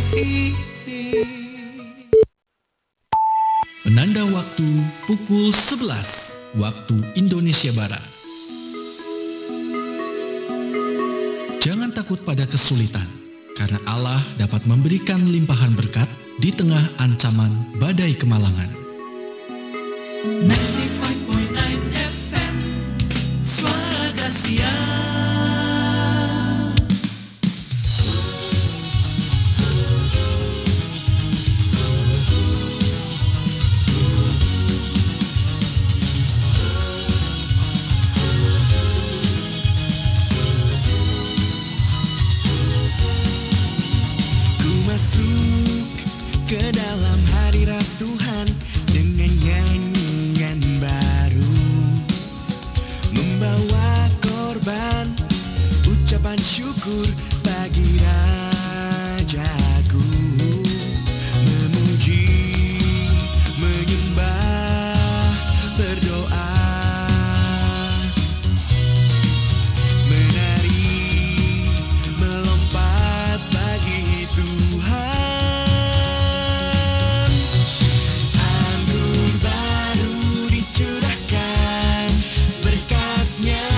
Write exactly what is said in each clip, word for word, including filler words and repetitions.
Penanda waktu pukul sebelas waktu Indonesia Barat. Jangan takut pada kesulitan, karena Allah dapat memberikan limpahan berkat di tengah ancaman badai kemalangan. sembilan puluh lima koma sembilan F M Suara Gracia. Ku masuk ke dalam hadirat Tuhan dengan nyanyian baru, membawa korban ucapan syukur bagi Rajaku, memuji, menyembah, berdoa, menari, melompat bagi Tuhan. Anggur baru dicurahkan, berkatnya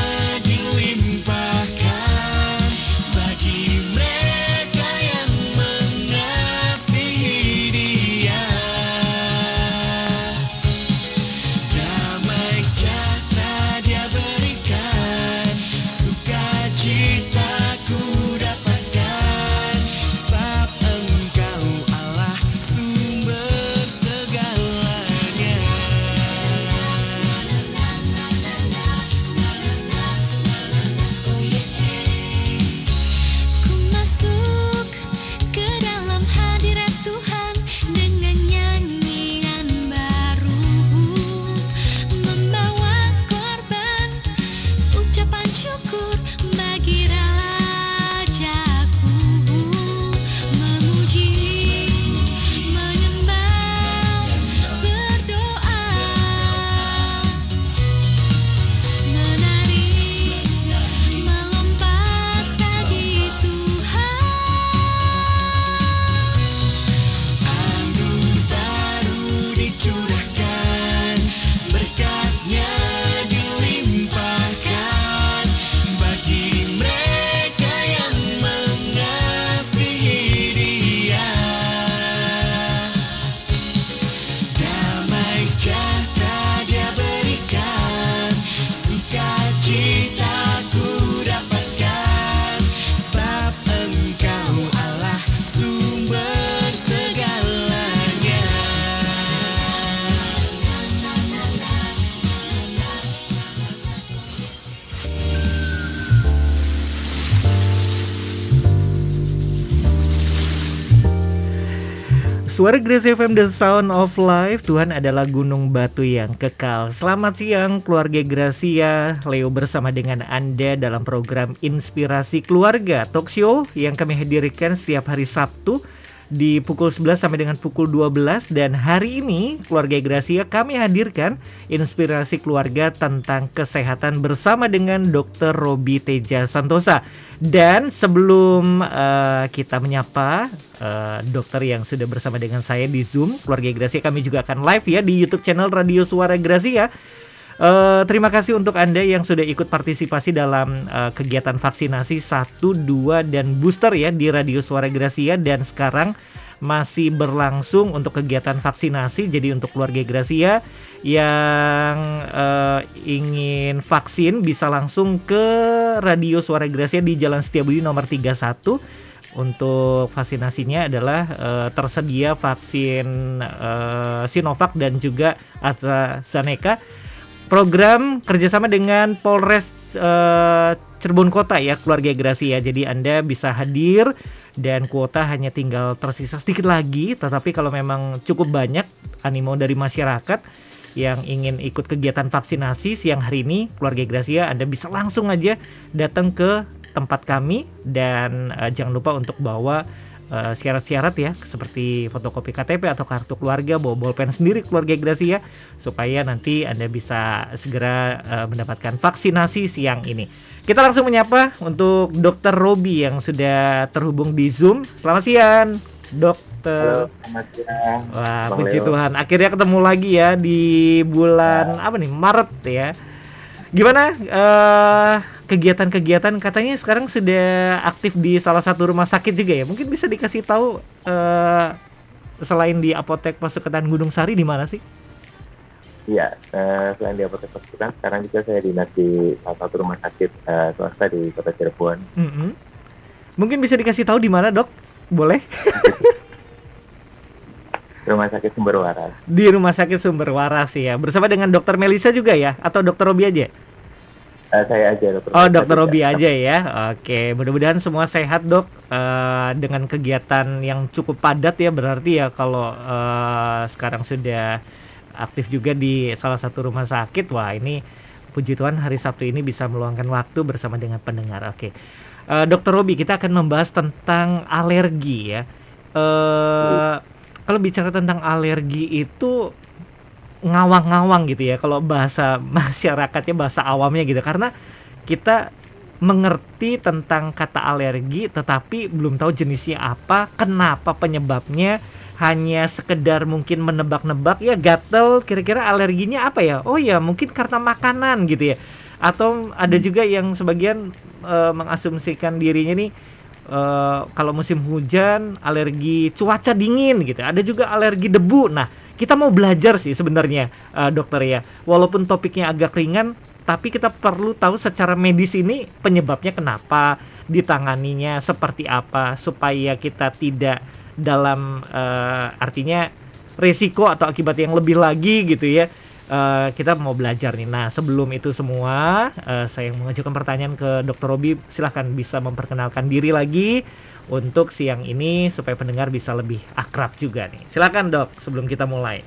dilimpahkan bagi mereka yang mengasihi Dia. Damai sejahtera Dia berikan, sukacita ku dapatkan, sebab Engkau Allah sumber segalanya. Ku masuk ke dalam hadirat Tuhan dengan nyanyian baru, membawa korban ucapan syukur bagi Rajaku, memuji, menyembah, berdoa, menari, melompat bagi Tuhan. Anggur baru dicurahkan, berkatnya dilimpahkan bagi mereka yang mengasihi Dia. Damai sejahtera Dia berikan, sukacita ku dapatkan, sebab Engkau Allah sumber segalanya. Suara Gracia F M, The Sound of Life. Tuhan adalah gunung batu yang kekal. Selamat siang keluarga Gracia. Leo bersama dengan Anda dalam program Inspirasi Keluarga, talk show yang kami hadirkan setiap hari Sabtu di pukul sebelas sampai dengan pukul dua belas. Dan hari ini keluarga Gracia kami hadirkan Inspirasi Keluarga tentang kesehatan bersama dengan dokter Robi Teja Santosa. Dan sebelum uh, kita menyapa uh, dokter yang sudah bersama dengan saya di Zoom, keluarga Gracia, kami juga akan live ya di YouTube channel Radio Suara Gracia. Uh, terima kasih untuk Anda yang sudah ikut partisipasi dalam uh, kegiatan vaksinasi satu, dua, dan booster ya di Radio Suara Gracia. Dan sekarang masih berlangsung untuk kegiatan vaksinasi. Jadi untuk keluarga Gracia yang uh, ingin vaksin bisa langsung ke Radio Suara Gracia di Jalan Setiabudi nomor tiga puluh satu. Untuk vaksinasinya adalah uh, tersedia vaksin uh, Sinovac dan juga AstraZeneca. Program kerjasama dengan Polres uh, Cirebon Kota ya keluarga Gracia. Jadi Anda bisa hadir dan kuota hanya tinggal tersisa sedikit lagi. Tetapi kalau memang cukup banyak animo dari masyarakat yang ingin ikut kegiatan vaksinasi siang hari ini, keluarga Gracia, Anda bisa langsung aja datang ke tempat kami. Dan uh, jangan lupa untuk bawa uh, syarat-syarat ya, seperti fotokopi K T P atau kartu keluarga, bawa bolpen sendiri keluarga Gracia, supaya nanti Anda bisa segera uh, mendapatkan vaksinasi siang ini. Kita langsung menyapa untuk dokter Robi yang sudah terhubung di Zoom. Selamat siang. Dokter. Halo, selamat siang. Wah, Bang puji Leo. Tuhan. Akhirnya ketemu lagi ya di bulan apa nih? Maret ya. Gimana eh, kegiatan-kegiatan katanya sekarang sudah aktif di salah satu rumah sakit juga ya? Mungkin bisa dikasih tahu eh, selain di Apotek Pasuketan Gunung Sari di mana sih? Iya, eh, selain di apotek Pasuruan, sekarang juga saya dinas di salah satu rumah sakit eh, swasta di Kota Cirebon. Mm-mm. Mungkin bisa dikasih tahu di mana, Dok? Boleh? Rumah sakit Sumber Waras. Di Rumah Sakit Sumber Waras ya. Bersama dengan Dokter Melisa juga ya atau Dokter Robi aja? Eh, saya aja dokter. Oh, Dokter Melisa Robi juga. aja ya. Oke, mudah-mudahan semua sehat, Dok. Eh, dengan kegiatan yang cukup padat ya, berarti ya kalau eh, sekarang sudah aktif juga di salah satu rumah sakit. Wah, ini puji Tuhan hari Sabtu ini bisa meluangkan waktu bersama dengan pendengar. Oke. Eh, Dokter Robi, kita akan membahas tentang alergi ya. Eh kalau bicara tentang alergi itu ngawang-ngawang gitu ya kalau bahasa masyarakatnya, bahasa awamnya gitu, karena kita mengerti tentang kata alergi tetapi belum tahu jenisnya apa, kenapa penyebabnya, hanya sekedar mungkin menebak-nebak ya, gatel kira-kira alerginya apa ya, oh ya mungkin karena makanan gitu ya, atau ada juga yang sebagian eh, mengasumsikan dirinya nih eh, kalau musim hujan alergi cuaca dingin gitu, ada juga alergi debu. Nah, kita mau belajar sih sebenarnya eh, dokter ya, walaupun topiknya agak ringan tapi kita perlu tahu secara medis ini penyebabnya kenapa, ditanganinya seperti apa supaya kita tidak dalam eh, artinya resiko atau akibat yang lebih lagi gitu ya. Eh, kita mau belajar nih. Nah, sebelum itu semua eh, saya mengajukan pertanyaan ke Dokter Robi. Silahkan bisa memperkenalkan diri lagi untuk siang ini supaya pendengar bisa lebih akrab juga nih. Silakan, Dok, sebelum kita mulai.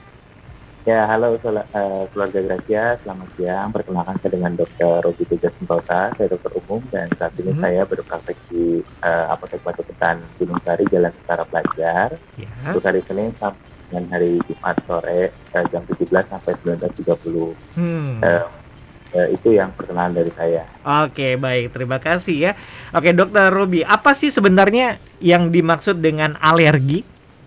Ya, halo sel- eh, keluarga Gracia, selamat siang. Perkenalkan saya dengan dokter Robi Tejas Sentosa, saya dokter umum dan saat ini Mhm. saya berpraktek di eh, Apotek Pasuruan Gunung Sari, Jalan Setara Pelajar. Ya. Untuk hari Senin sampai dengan hari Jumat sore eh, jam tujuh belas sampai sembilan belas tiga puluh. Hmm. Eh, eh, itu yang perkenalan dari saya. Oke, baik. Terima kasih ya. Oke, Dokter Robi, apa sih sebenarnya yang dimaksud dengan alergi?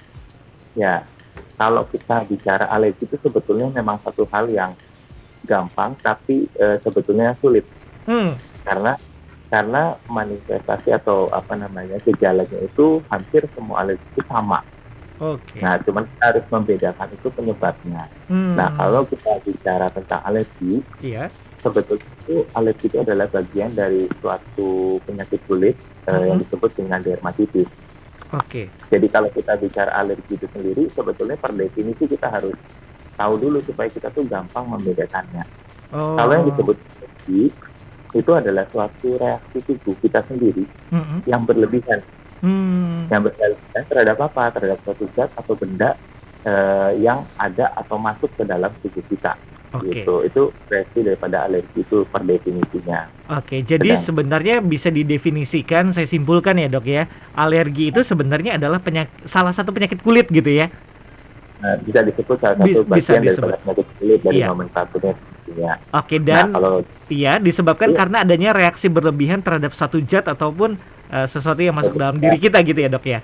Ya, kalau kita bicara alergi itu sebetulnya memang satu hal yang gampang tapi eh, sebetulnya sulit Hmm. karena karena manifestasi atau apa namanya gejalanya itu hampir semua alergi itu sama. Oke. Nah, cuman kita harus membedakan itu penyebabnya. Hmm. Nah, kalau kita bicara tentang alergi, Iya. sebetulnya itu alergi itu adalah bagian dari suatu penyakit kulit eh, yang Mhm. disebut dengan dermatitis. Oke. Jadi kalau kita bicara alergi itu sendiri, sebetulnya per definisi kita harus tahu dulu supaya kita tuh gampang membedakannya. Oh. Kalau yang disebut alergi itu adalah suatu reaksi tubuh kita sendiri Mhm. yang berlebihan, Hmm. yang berlebihan terhadap apa? Terhadap suatu zat atau benda eh, yang ada atau masuk ke dalam tubuh kita. Oke. Gitu. Itu reaksi daripada alergi itu per definisinya. Oke, jadi Sedang. sebenarnya bisa didefinisikan, saya simpulkan ya, Dok ya. Alergi itu sebenarnya adalah penyakit, salah satu penyakit kulit gitu ya. Nah, bisa disebut salah Bis- satu bisa bagian disebut. daripada penyakit kulit dari Iya. nomenklaturnya tentunya. Oke, Nah, dan kalau iya disebabkan Iya. karena adanya reaksi berlebihan terhadap satu zat ataupun eh, sesuatu yang masuk dalam diri kita gitu ya, Dok ya.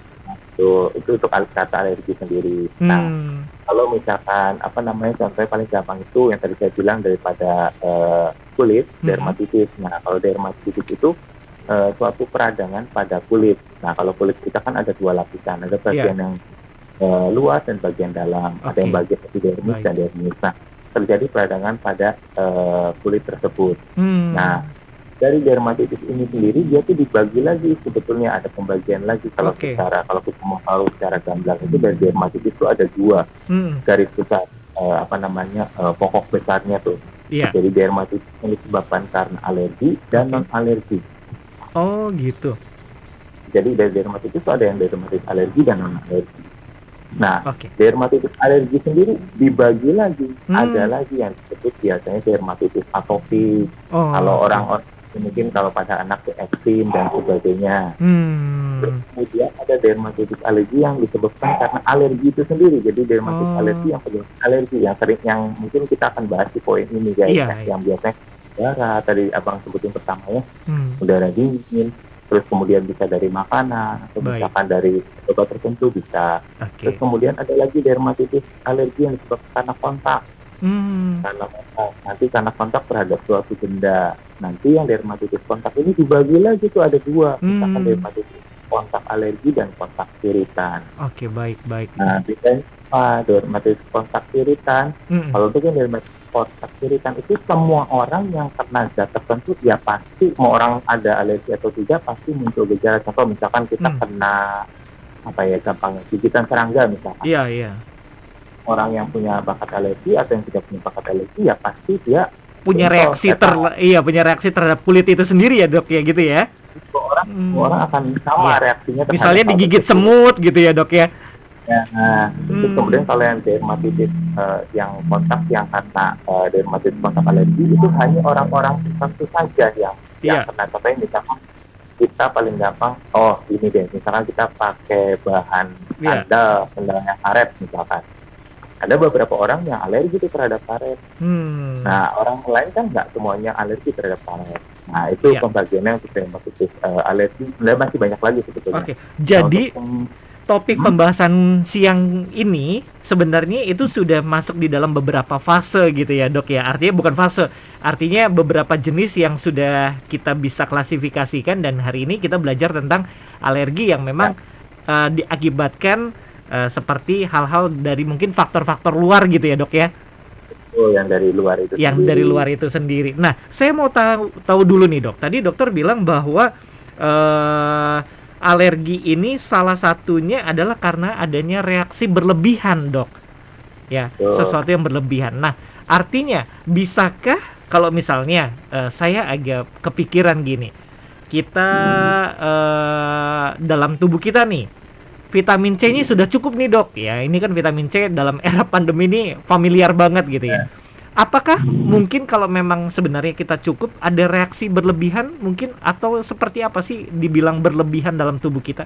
itu itu untuk al- kata alergi sendiri. Nah, Hmm. kalau misalkan apa namanya contohnya paling gampang itu yang tadi saya bilang daripada eh, kulit, Mhm. dermatitis. Nah, kalau dermatitis itu eh, suatu peradangan pada kulit. Nah, kalau kulit kita kan ada dua lapisan, ada bagian yang eh, luas dan bagian dalam, ada Oke. yang bagian epidermis Baik. dan dermis. Nah, terjadi peradangan pada eh, kulit tersebut. Hmm. Nah, dari dermatitis ini sendiri dia tuh dibagi lagi, sebetulnya ada pembagian lagi kalau Oke. secara kalau kita mau tahu secara gamblang itu dari dermatitis itu ada dua Hmm. garis besar eh, apa namanya eh, pokok besarnya tuh. Iya. Jadi dermatitis yang disebabkan karena alergi dan Oke. non alergi. Oh, gitu. Jadi dari dermatitis itu ada yang dermatitis alergi dan non alergi. Nah, Oke. dermatitis alergi sendiri dibagi lagi, Hmm. ada lagi yang disebut biasanya dermatitis atopik. Oh. Kalau orang-orang mungkin kalau pada anak tuh eksim dan sebagainya. Terus Hmm. kemudian ada dermatitis alergi yang disebabkan karena alergi itu sendiri. Jadi dermatitis Oh. alergi yang penyebab alergi yang sering yang mungkin kita akan bahas di poin ini guys. Iya, ya. iya. Yang biasanya udara tadi abang sebutin pertamanya Hmm. udara dingin, terus kemudian bisa dari makanan atau Baik. misalkan dari obat tertentu bisa. Terus Oke. kemudian ada lagi dermatitis alergi yang disebabkan karena kontak, Hmm. karena kontak. Nanti karena kontak terhadap suatu benda. Nanti yang dermatitis kontak ini dibagi lagi tuh ada dua, misalkan Hmm. dermatitis kontak alergi dan kontak iritan. Oke, baik baik. Nah, bedanya apa? Dermatitis kontak iritan. Mm-mm. Kalau untuk yang dermatitis kontak iritan itu semua orang yang kena zat tertentu ya pasti mau orang ada alergi atau tidak pasti muncul gejala. Contoh misalkan kita Hmm. kena apa ya gampangnya gigitan serangga misalkan. Iya iya. Orang yang punya bakat alergi atau yang tidak punya bakat alergi ya pasti dia Punya Contoh, reaksi saya ter tahu. iya punya reaksi terhadap kulit itu sendiri ya dok ya gitu ya. semua orang Hmm. semua orang akan sama Iya. reaksinya terhadap Misalnya hal digigit tersebut. semut gitu ya dok ya. Ya, nah, terus Hmm. kemudian kalau yang dermatitis eh, yang kontak yang karena eh, dermatitis kontak alergi itu hanya orang-orang tertentu saja yang yang Iya. kena. Contohnya misalkan kita paling gampang, oh ini deh, misalkan kita pakai bahan Iya. sandal, sandal yang karet misalkan. Ada beberapa orang yang alergi tuh terhadap karet. Hmm. Nah, orang lain kan nggak semuanya alergi terhadap karet. Nah, itu Iya. pembagiannya untuk dermatitis eh, alergi. Sebenarnya masih banyak lagi sebetulnya. Oke. Nah, Jadi untuk yang- topik pembahasan siang ini sebenarnya itu sudah masuk di dalam beberapa fase gitu ya dok ya. Artinya bukan fase, artinya beberapa jenis yang sudah kita bisa klasifikasikan dan hari ini kita belajar tentang alergi yang memang eh, diakibatkan eh, seperti hal-hal dari mungkin faktor-faktor luar gitu ya dok ya. oh, yang dari luar itu Yang sendiri. dari luar itu sendiri. Nah, saya mau tahu tahu dulu nih dok. Tadi dokter bilang bahwa eh, alergi ini salah satunya adalah karena adanya reaksi berlebihan dok. Ya, Betul. sesuatu yang berlebihan. Nah, artinya bisakah kalau misalnya eh, saya agak kepikiran gini, kita eh, dalam tubuh kita nih vitamin C-nya sudah cukup nih dok ya. Ini kan vitamin C dalam era pandemi ini familiar banget gitu ya. Apakah mungkin kalau memang sebenarnya kita cukup ada reaksi berlebihan mungkin atau seperti apa sih dibilang berlebihan dalam tubuh kita?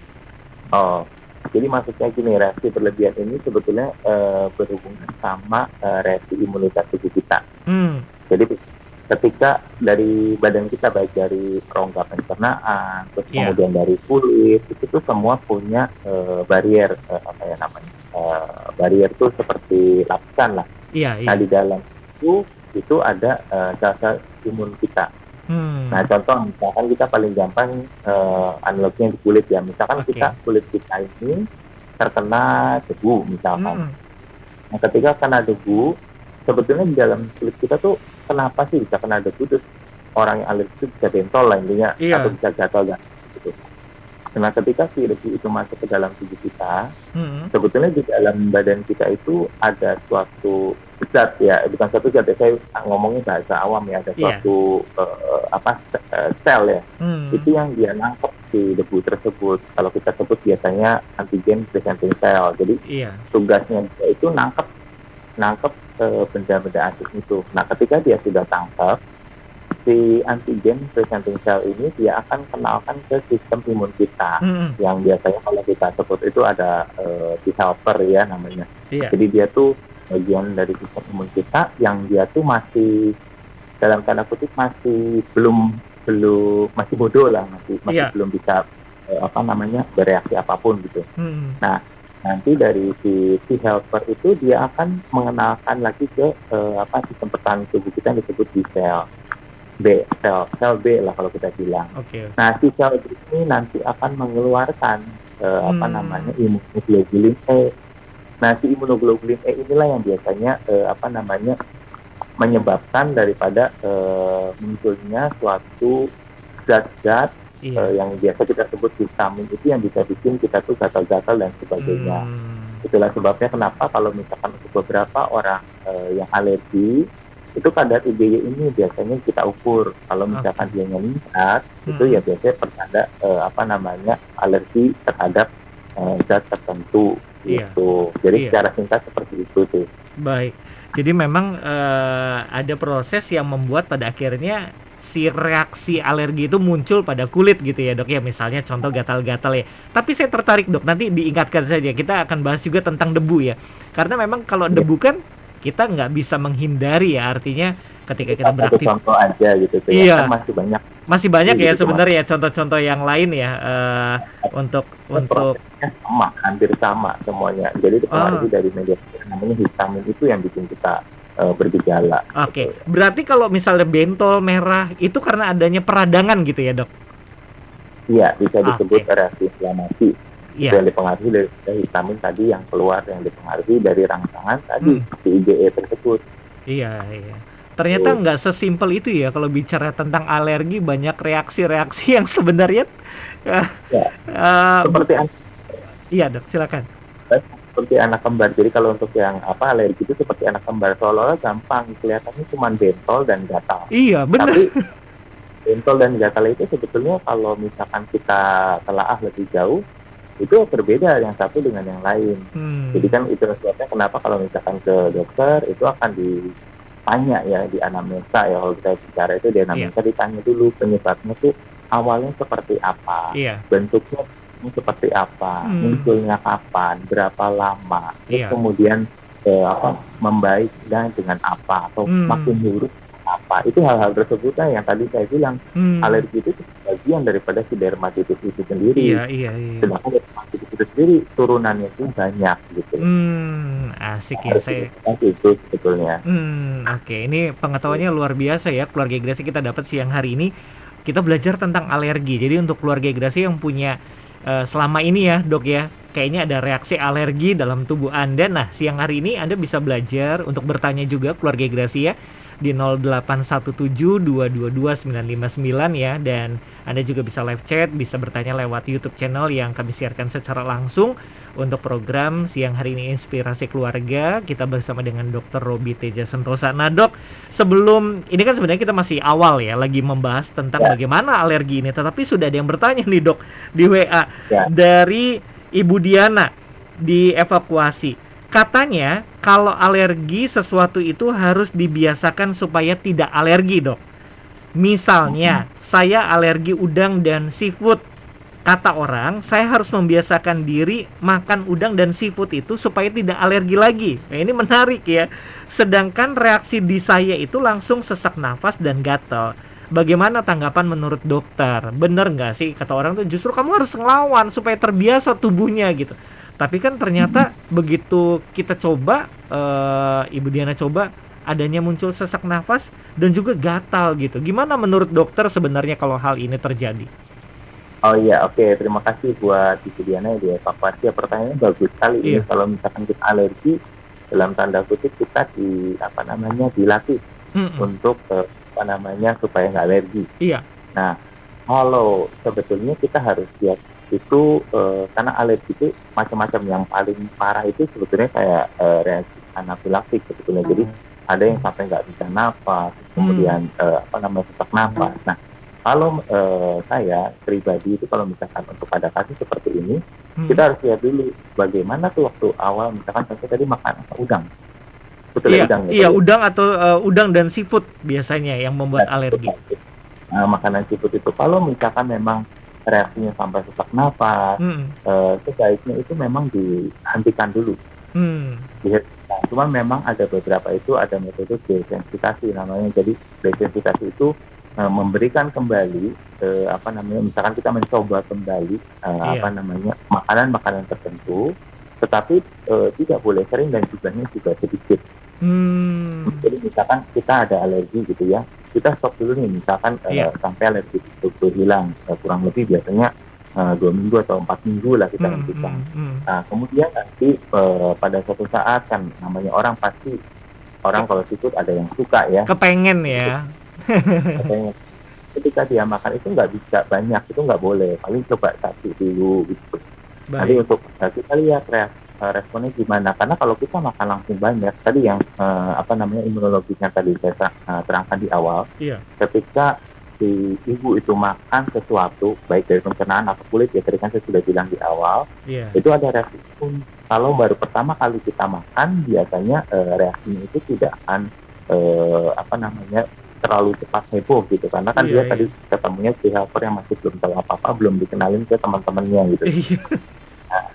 Oh, jadi maksudnya gini, reaksi berlebihan ini sebetulnya eh, berhubungan sama eh, reaksi imunitas tubuh kita. Hmm, Jadi ketika dari badan kita baik dari rongga pencernaan, terus Iya. kemudian dari kulit, itu tuh semua punya eh, barrier eh, apa ya namanya? Eh, barrier tuh seperti lapisan lah. iya Nah iya. di dalam itu itu ada eh, sel-sel imun kita. Hmm, Nah contoh misalkan kita paling gampang eh, analoginya di kulit ya. Misalkan Oke. kita kulit kita ini terkena debu misalkan. hmm, Nah ketika kena debu, sebetulnya di dalam kulit kita tuh kenapa sih bisa kena debu? Terus orang yang alergi itu bisa bentol lah intinya, Iya. atau bisa gatal dan gitu. Nah ketika si debu itu masuk ke dalam tubuh kita, hmm, sebetulnya di dalam badan kita itu ada suatu zat ya, bukan suatu zat ya, saya ngomongnya bahasa awam ya, ada Iya. suatu eh, apa eh, sel ya, hmm. itu yang dia nangkep si debu tersebut. Kalau kita sebut biasanya antigen presenting cell. Jadi Iya. tugasnya dia itu nangkep nangkep eh, benda-benda asing itu. Nah ketika dia sudah tangkap, si antigen presenting cell ini dia akan kenalkan ke sistem imun kita. Hmm, Yang biasanya kalau kita sebut itu ada eh, T helper ya namanya. iya. Jadi dia tuh bagian dari sistem imun kita yang dia tuh masih dalam tanda kutip masih belum belum masih bodoh lah, masih masih Iya. belum bisa eh, apa namanya bereaksi apapun gitu. Hmm, Nanti dari si T helper itu dia akan mengenalkan lagi ke eh, apa sistem pertahanan tubuh kita yang disebut di sel B, sel sel B lah kalau kita bilang. Oke. Nah, si sel ini nanti akan mengeluarkan eh, apa Hmm. namanya imunoglobulin E. Nah, si imunoglobulin E inilah yang biasanya eh, apa namanya menyebabkan daripada eh, munculnya suatu zat-zat Iya. eh, yang biasa kita sebut vitamin itu yang bisa bikin kita tuh gatal-gatal dan sebagainya. Hmm, Itulah sebabnya kenapa kalau misalkan untuk beberapa orang eh, yang alergi itu kadar I g G ini biasanya kita ukur. Kalau misalkan dia meningkat, itu Hmm. ya biasanya pertanda eh, apa namanya alergi terhadap eh, zat tertentu Iya. gitu. Jadi Iya. secara singkat seperti itu sih. Baik. Jadi memang eh, ada proses yang membuat pada akhirnya si reaksi alergi itu muncul pada kulit gitu ya dok ya, misalnya contoh gatal-gatal ya. Tapi saya tertarik dok, nanti diingatkan saja kita akan bahas juga tentang debu ya, karena memang kalau Iya. debu kan kita nggak bisa menghindari ya, artinya ketika kita Satu beraktif contoh aja gitu tuh Iya. ya, kan masih banyak masih banyak Iya, ya gitu, sebenarnya contoh-contoh yang lain ya eh, untuk untuk prosesnya sama, hampir sama semuanya. Jadi itu pengaruh Oh. dari media namanya histamin itu yang bikin kita eh, bergejala. Oke, gitu. berarti kalau misalnya bentol merah itu karena adanya peradangan gitu ya dok? Iya, bisa Oke. disebut reaksi inflamasi. Itu Iya. yang dipengaruhi dari, dari histamin tadi yang keluar, yang dipengaruhi dari rangsangan tadi Hmm. si I G E tersebut. Iya, iya. Ternyata Betul. nggak sesimpel itu ya kalau bicara tentang alergi, banyak reaksi-reaksi yang sebenarnya eh, Ya, eh, bu- seperti an- iya dok, silakan. seperti anak kembar. Jadi kalau untuk yang apa alergi itu seperti anak kembar, seolah-olah gampang kelihatannya cuma bentol dan gatal. Iya, benar. Tapi bentol dan gatal itu sebetulnya kalau misalkan kita telaah lebih jauh itu berbeda yang satu dengan yang lain. Hmm. Jadi kan itu sebabnya kenapa kalau misalkan ke dokter itu akan ditanya ya di anamnesa ya, kalau kita bicara itu di anamnesa ditanya dulu penyebabnya tuh awalnya seperti apa, Iya. bentuknya seperti apa, Hmm. munculnya kapan, berapa lama, terus Iya. kemudian eh, apa membaiknya dengan apa atau Hmm. makin buruk apa. Itu hal-hal tersebut lah yang tadi saya bilang Hmm. alergi itu bagian daripada si dermatitis itu sendiri. Iya, iya, iya. Sedangkan dermatitis itu sendiri turunannya itu banyak gitu. Hmm, asik ya Harus saya. diperhatikan itu sebetulnya. Hmm, oke. Ini pengetahuannya luar biasa ya, keluarga Grasi kita dapat siang hari ini. Kita belajar tentang alergi. Jadi untuk keluarga Grasi yang punya eh, selama ini ya, Dok ya, kayaknya ada reaksi alergi dalam tubuh Anda. Nah, siang hari ini Anda bisa belajar untuk bertanya juga keluarga Grasi ya di nol delapan satu tujuh dua dua dua sembilan lima sembilan ya, dan Anda juga bisa live chat, bisa bertanya lewat YouTube channel yang kami siarkan secara langsung untuk program siang hari ini Inspirasi Keluarga. Kita bersama dengan dokter Robi Teja Sentosa. Nah dok, sebelum ini kan sebenarnya kita masih awal ya, lagi membahas tentang Ya. bagaimana alergi ini, tetapi sudah ada yang bertanya nih dok di W A Ya. dari Ibu Diana di evakuasi. Katanya kalau alergi sesuatu itu harus dibiasakan supaya tidak alergi dok. Misalnya saya alergi udang dan seafood. Kata orang, saya harus membiasakan diri makan udang dan seafood itu supaya tidak alergi lagi. Nah, ini menarik ya. Sedangkan reaksi di saya itu langsung sesak nafas dan gatal. Bagaimana tanggapan menurut dokter? Bener nggak sih kata orang tuh justru kamu harus ngelawan supaya terbiasa tubuhnya gitu. Tapi kan ternyata begitu kita coba, eh, Ibu Diana coba, adanya muncul sesak nafas dan juga gatal gitu. Gimana menurut dokter sebenarnya kalau hal ini terjadi? Oh iya, oke. Terima kasih buat Ibu Diana di evakuasi. Pertanyaannya bagus sekali ini. Iya. Kalau misalkan kita alergi, dalam tanda kutip kita di apa namanya dilatih Mm-mm. untuk eh, apa namanya supaya nggak alergi. Iya. Nah, kalau sebetulnya kita harus lihat itu eh, karena alergi itu macam-macam. Yang paling parah itu sebetulnya kayak eh, reaksi anafilaktik sebetulnya. Jadi ada yang sampai nggak bisa nafas, kemudian eh, apa namanya sesak nafas. Nah, kalau eh, saya pribadi itu kalau misalkan untuk pada kasus seperti ini, Hmm. kita harus lihat dulu bagaimana tuh waktu awal misalkan saya tadi makan apa, udang. Betul Iya, ya, udang ya? iya udang atau eh, udang dan seafood biasanya yang membuat Nah, alergi. Nah, makanan seafood itu kalau misalkan memang reaksinya sampai sesak nafas, Hmm. eh, sebaiknya itu memang dihentikan dulu. Hmm. Nah, cuman memang ada beberapa itu ada metode desensitisasi namanya. Jadi desensitisasi itu eh, memberikan kembali eh, apa namanya, misalkan kita mencoba kembali eh, Iya. apa namanya makanan-makanan tertentu, tetapi eh, tidak boleh sering dan jumlahnya juga sedikit. Hmm. Jadi misalkan kita ada alergi gitu ya, kita stop dulu nih misalkan eh, Iya. sampai alergi itu hilang. Eh, kurang lebih biasanya eh, dua minggu atau empat minggu lah kita Hmm, hentikan. hmm, hmm. Nah, kemudian nanti eh, pada suatu saat kan namanya orang pasti orang kalau seafood ada yang suka ya. Kepengen ya. Katanya ketika dia makan itu nggak bisa banyak, itu nggak boleh. Paling coba satu dulu gitu. Nanti Baik. untuk nah, kita lihat res- eh, responnya gimana. Karena kalau kita makan langsung banyak, tadi yang eh, apa namanya imunologisnya tadi saya ter- eh, terangkan di awal. Iya. Ketika si ibu itu makan sesuatu, baik dari pencernaan atau kulit ya, tadi kan saya sudah bilang di awal. Iya. Itu ada reaksi pun kalau baru pertama kali kita makan biasanya eh, reaksinya itu tidak akan eh, apa namanya terlalu cepat heboh gitu karena kan Iya, dia iya. tadi ketemunya si helper yang masih belum tahu apa-apa, belum dikenalin ke teman-temannya gitu. Iya.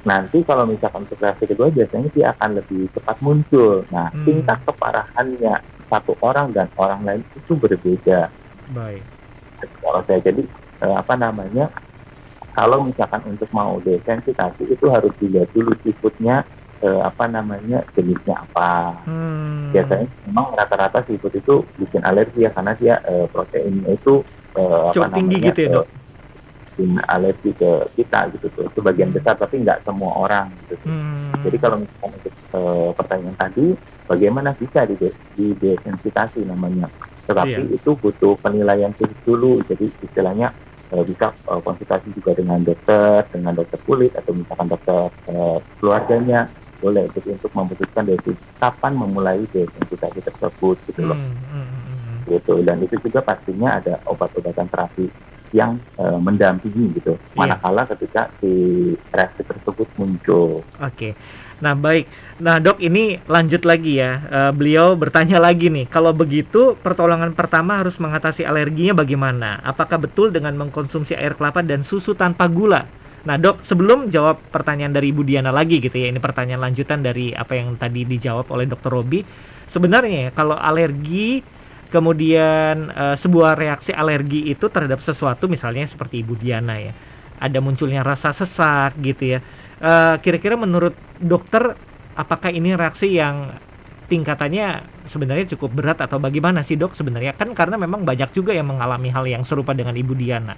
nanti kalau misalkan untuk reaksi kedua biasanya dia akan lebih cepat muncul. Nah, Hmm. tingkat keparahannya satu orang dan orang lain itu berbeda. Baik. Kalau saya jadi eh, apa namanya, kalau misalkan untuk mau desensitasi itu harus dilihat dulu seafoodnya eh, apa namanya jenisnya apa. Hmm. Biasanya memang rata-rata seafood itu bikin alergi ya karena dia eh, proteinnya itu eh, apa Cukup tinggi namanya gitu ya, Dok? eh, bikin alergi ke kita gitu tuh. Sebagian besar tapi nggak semua orang gitu tuh. Hmm. Jadi kalau misalkan untuk eh, pertanyaan tadi, bagaimana bisa dide- didesensitasi namanya? Tetapi Iya. itu butuh penilaian khusus dulu. Jadi istilahnya eh, bisa eh, konsultasi juga dengan dokter, dengan dokter kulit atau misalkan dokter eh, keluarganya boleh jadi untuk memutuskan dari kapan memulai desensitasi tersebut gitu loh. Hmm, hmm, hmm, hmm. Gitu. Dan itu juga pastinya ada obat-obatan terapi yang eh, mendampingi gitu. Iya. Manakala ketika si reaksi tersebut muncul. Oke. Nah, baik. Nah, Dok, ini lanjut lagi ya. Eh, beliau bertanya lagi nih, kalau begitu pertolongan pertama harus mengatasi alerginya bagaimana? Apakah betul dengan mengkonsumsi air kelapa dan susu tanpa gula? Nah, Dok, sebelum jawab pertanyaan dari Ibu Diana lagi gitu ya, ini pertanyaan lanjutan dari apa yang tadi dijawab oleh Dokter Robi. Sebenarnya ya, kalau alergi kemudian eh, sebuah reaksi alergi itu terhadap sesuatu, misalnya seperti Ibu Diana ya, ada munculnya rasa sesak gitu ya. Eh, kira-kira menurut dokter, apakah ini reaksi yang tingkatannya sebenarnya cukup berat atau bagaimana sih, Dok, sebenarnya? Kan karena memang banyak juga yang mengalami hal yang serupa dengan Ibu Diana.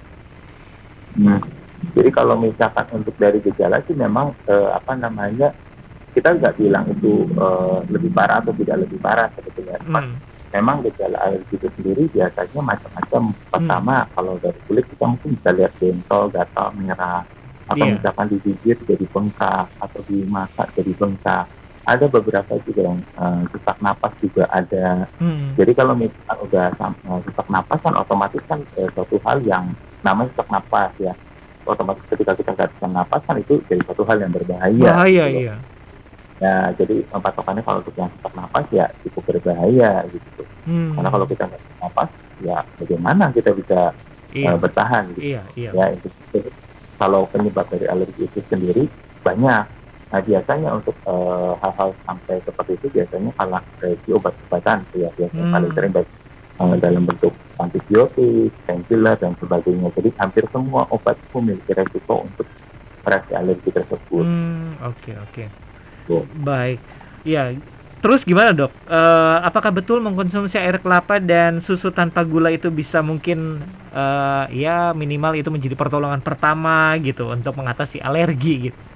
Nah, jadi kalau misalkan untuk dari gejala sih memang eh, apa namanya, kita nggak bilang itu eh, lebih parah atau tidak lebih parah sebetulnya. Hmm. Memang gejala alergi itu sendiri biasanya macam-macam. Pertama, kalau dari kulit kita mungkin bisa lihat bentol, gatal, merah, atau Iya. misalkan di bibir jadi bengkak, atau di mata jadi bengkak. Ada beberapa juga yang eh, sesak napas juga ada. Hmm. Jadi kalau misalkan udah sam- eh, sesak napas kan otomatis kan eh, suatu hal yang namanya sesak napas ya. Otomatis ketika kita nggak bisa napas kan itu jadi suatu hal yang berbahaya. Bahaya, gitu loh. iya. Ya, jadi eh, patokannya kalau untuk yang sesak napas ya cukup berbahaya gitu. Hmm. Karena kalau kita nggak bisa napas, ya bagaimana kita bisa Iya. eh, bertahan gitu. Iya, iya. Ya, itu, itu. Kalau penyebab dari alergi itu sendiri banyak. Nah, biasanya untuk eh, hal-hal sampai seperti itu biasanya kalau dari obat-obatan tuh ya, biasanya Hmm. paling sering baik eh, dalam bentuk antibiotik, painkiller dan sebagainya. Jadi hampir semua obat itu memiliki resiko untuk reaksi alergi tersebut. Hmm, oke, oke. Tuh. Baik. Ya, terus gimana, Dok? Eh, apakah betul mengkonsumsi air kelapa dan susu tanpa gula itu bisa mungkin eh, ya minimal itu menjadi pertolongan pertama gitu untuk mengatasi alergi gitu?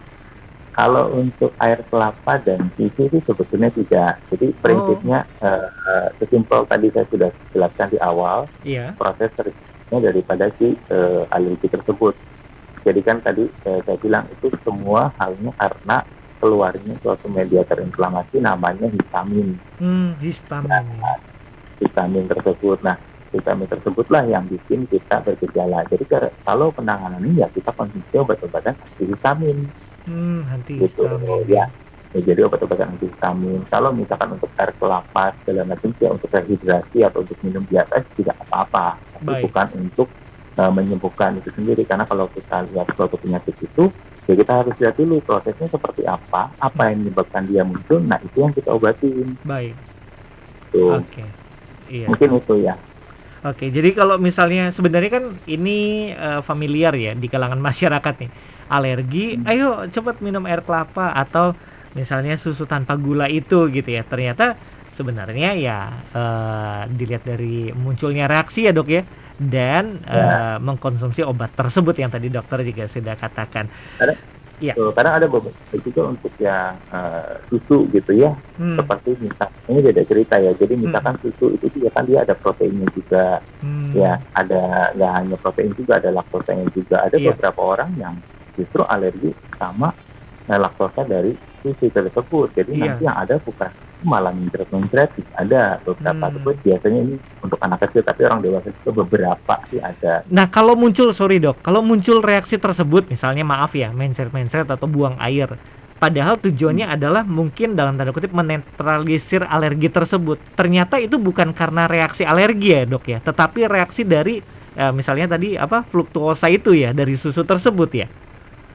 Kalau untuk air kelapa dan susu itu sebetulnya tidak. Jadi prinsipnya eh, eh, sesimpel tadi saya sudah jelaskan di awal, Iya. proses terjadinya daripada si eh, alergi tersebut. Jadi kan tadi eh, saya bilang itu semua halnya karena keluarnya suatu mediator inflamasi namanya histamin. Hmm, histamin. Nah, histamin tersebut. Nah, histamin tersebutlah yang bikin kita bergejala. Jadi ke- kalau penanganannya ya kita konsumsi obat-obatan antihistamin. Hmm, anti Gitu histamin. ya. Ya, jadi obat-obatan antihistamin. Kalau misalkan untuk air kelapa segala macam ya untuk rehidrasi atau untuk minum biasa tidak apa-apa, tapi Baik. bukan untuk uh, menyembuhkan itu sendiri. Karena kalau kita lihat suatu penyakit itu, ya kita harus lihat dulu prosesnya seperti apa, apa yang menyebabkan dia muncul. Nah, itu yang kita obatin. Baik. Tuh. Oke. Iya. Mungkin itu ya. Oke, jadi kalau misalnya sebenarnya kan ini eh, familiar ya di kalangan masyarakat nih. Alergi, ayo cepat minum air kelapa atau misalnya susu tanpa gula itu gitu ya. Ternyata sebenarnya ya eh, dilihat dari munculnya reaksi ya, Dok ya, dan eh, mengkonsumsi obat tersebut yang tadi dokter juga sudah katakan. Tuh, kadang ada beberapa juga untuk yang uh, susu gitu ya. Hmm, Seperti misalnya ini beda cerita ya. Jadi misalkan susu itu juga kan dia ada proteinnya juga. hmm, Ya, ada nggak hanya protein juga, ada laktosanya juga. Ada Iya. beberapa orang yang justru alergi sama eh, laktosa dari susu tersebut. Jadi Iya. nanti yang ada bukan malah mencret-mencret, ada beberapa. Hmm. Terus biasanya ini untuk anak kecil, tapi orang dewasa itu beberapa sih ada. Nah, kalau muncul, sorry Dok, kalau muncul reaksi tersebut, misalnya maaf ya, mencret-mencret atau buang air, padahal tujuannya adalah mungkin dalam tanda kutip menetralisir alergi tersebut. Ternyata itu bukan karena reaksi alergi ya, Dok ya, tetapi reaksi dari eh, misalnya tadi apa fluktuosa itu ya dari susu tersebut ya.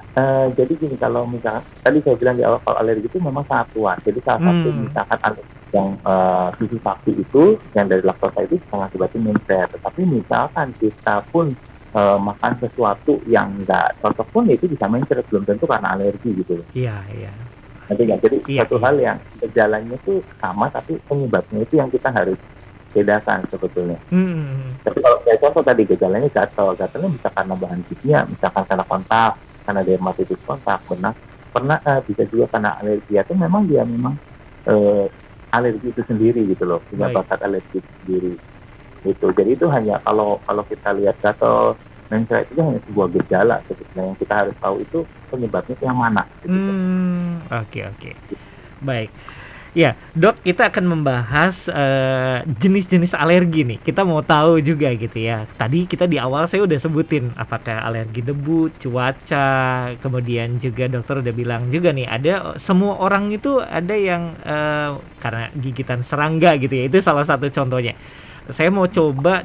Eh, jadi gini, kalau misalkan tadi saya bilang di awal kalau alergi itu memang sangat luas. Jadi salah satu Hmm. misalkan alergi yang eh, susu sapi itu yang dari laktosa itu bisa mengakibatkan mencret. Tetapi misalkan kita pun eh, makan sesuatu yang nggak cocok pun itu bisa mencret, belum tentu karena alergi gitu. Iya, iya. Nanti nggak. Jadi Iya, satu iya. hal yang gejalanya itu sama, tapi penyebabnya itu yang kita harus bedakan sebetulnya. Hmm. Tapi kalau saya contoh tadi gejalanya gatal, gatalnya bisa karena bahan kimia, misalkan karena kontak, karena dermatitis kontak, benar. Pernah eh, bisa juga karena alergi atau memang dia memang eh, alergi itu sendiri gitu loh, punya Baik. bakat alergi itu sendiri. Gitu. Jadi itu hanya kalau kalau kita lihat gatal, mencret itu hanya sebuah gejala sebetulnya. Yang kita harus tahu itu penyebabnya itu yang mana. Gitu. Hmm, oke oke. Baik. Ya, Dok, kita akan membahas eh, jenis-jenis alergi nih. Kita mau tahu juga gitu ya. Tadi kita di awal saya udah sebutin apakah alergi debu, cuaca, kemudian juga dokter udah bilang juga nih ada semua orang itu ada yang eh, karena gigitan serangga gitu ya. Itu salah satu contohnya. Saya mau coba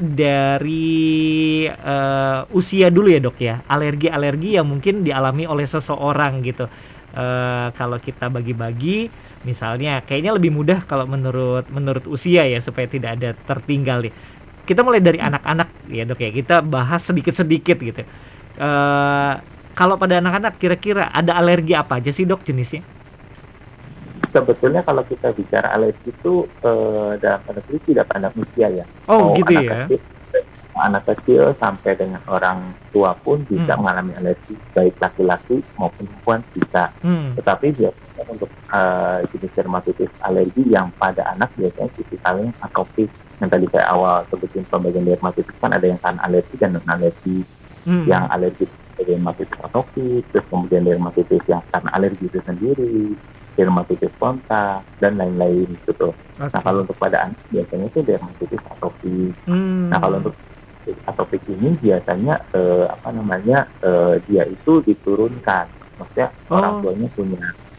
dari eh, usia dulu ya, Dok ya. Alergi-alergi yang mungkin dialami oleh seseorang gitu. Eh, kalau kita bagi-bagi, misalnya kayaknya lebih mudah kalau menurut menurut usia ya, supaya tidak ada tertinggal nih. Kita mulai dari anak-anak ya, Dok ya. Kita bahas sedikit-sedikit gitu. Eh, kalau pada anak-anak kira-kira ada alergi apa aja sih, Dok, jenisnya? Sebetulnya kalau kita bicara alergi itu eh, dalam tanda kutip tidak pandang usia ya. Oh, Mau gitu anak ya. kecil, anak kecil sampai dengan orang tua pun bisa Hmm. mengalami alergi, baik laki-laki maupun perempuan bisa. Hmm. Tetapi biasanya untuk eh, jenis dermatitis alergi yang pada anak biasanya tipikalnya atopik. Yang tadi saya awal sebutin pembagian dermatitis kan ada yang karena alergi dan non alergi. Hmm. Yang alergi dermatitis atopik, terus kemudian dermatitis yang karena alergi itu sendiri, dermatitis kontak dan lain-lain gitu. Oke. Nah kalau untuk pada anak biasanya itu dermatitis atopik. Hmm. Nah kalau untuk atopik ini biasanya eh, apa namanya eh, dia itu diturunkan, maksudnya Oh. orang tuanya punya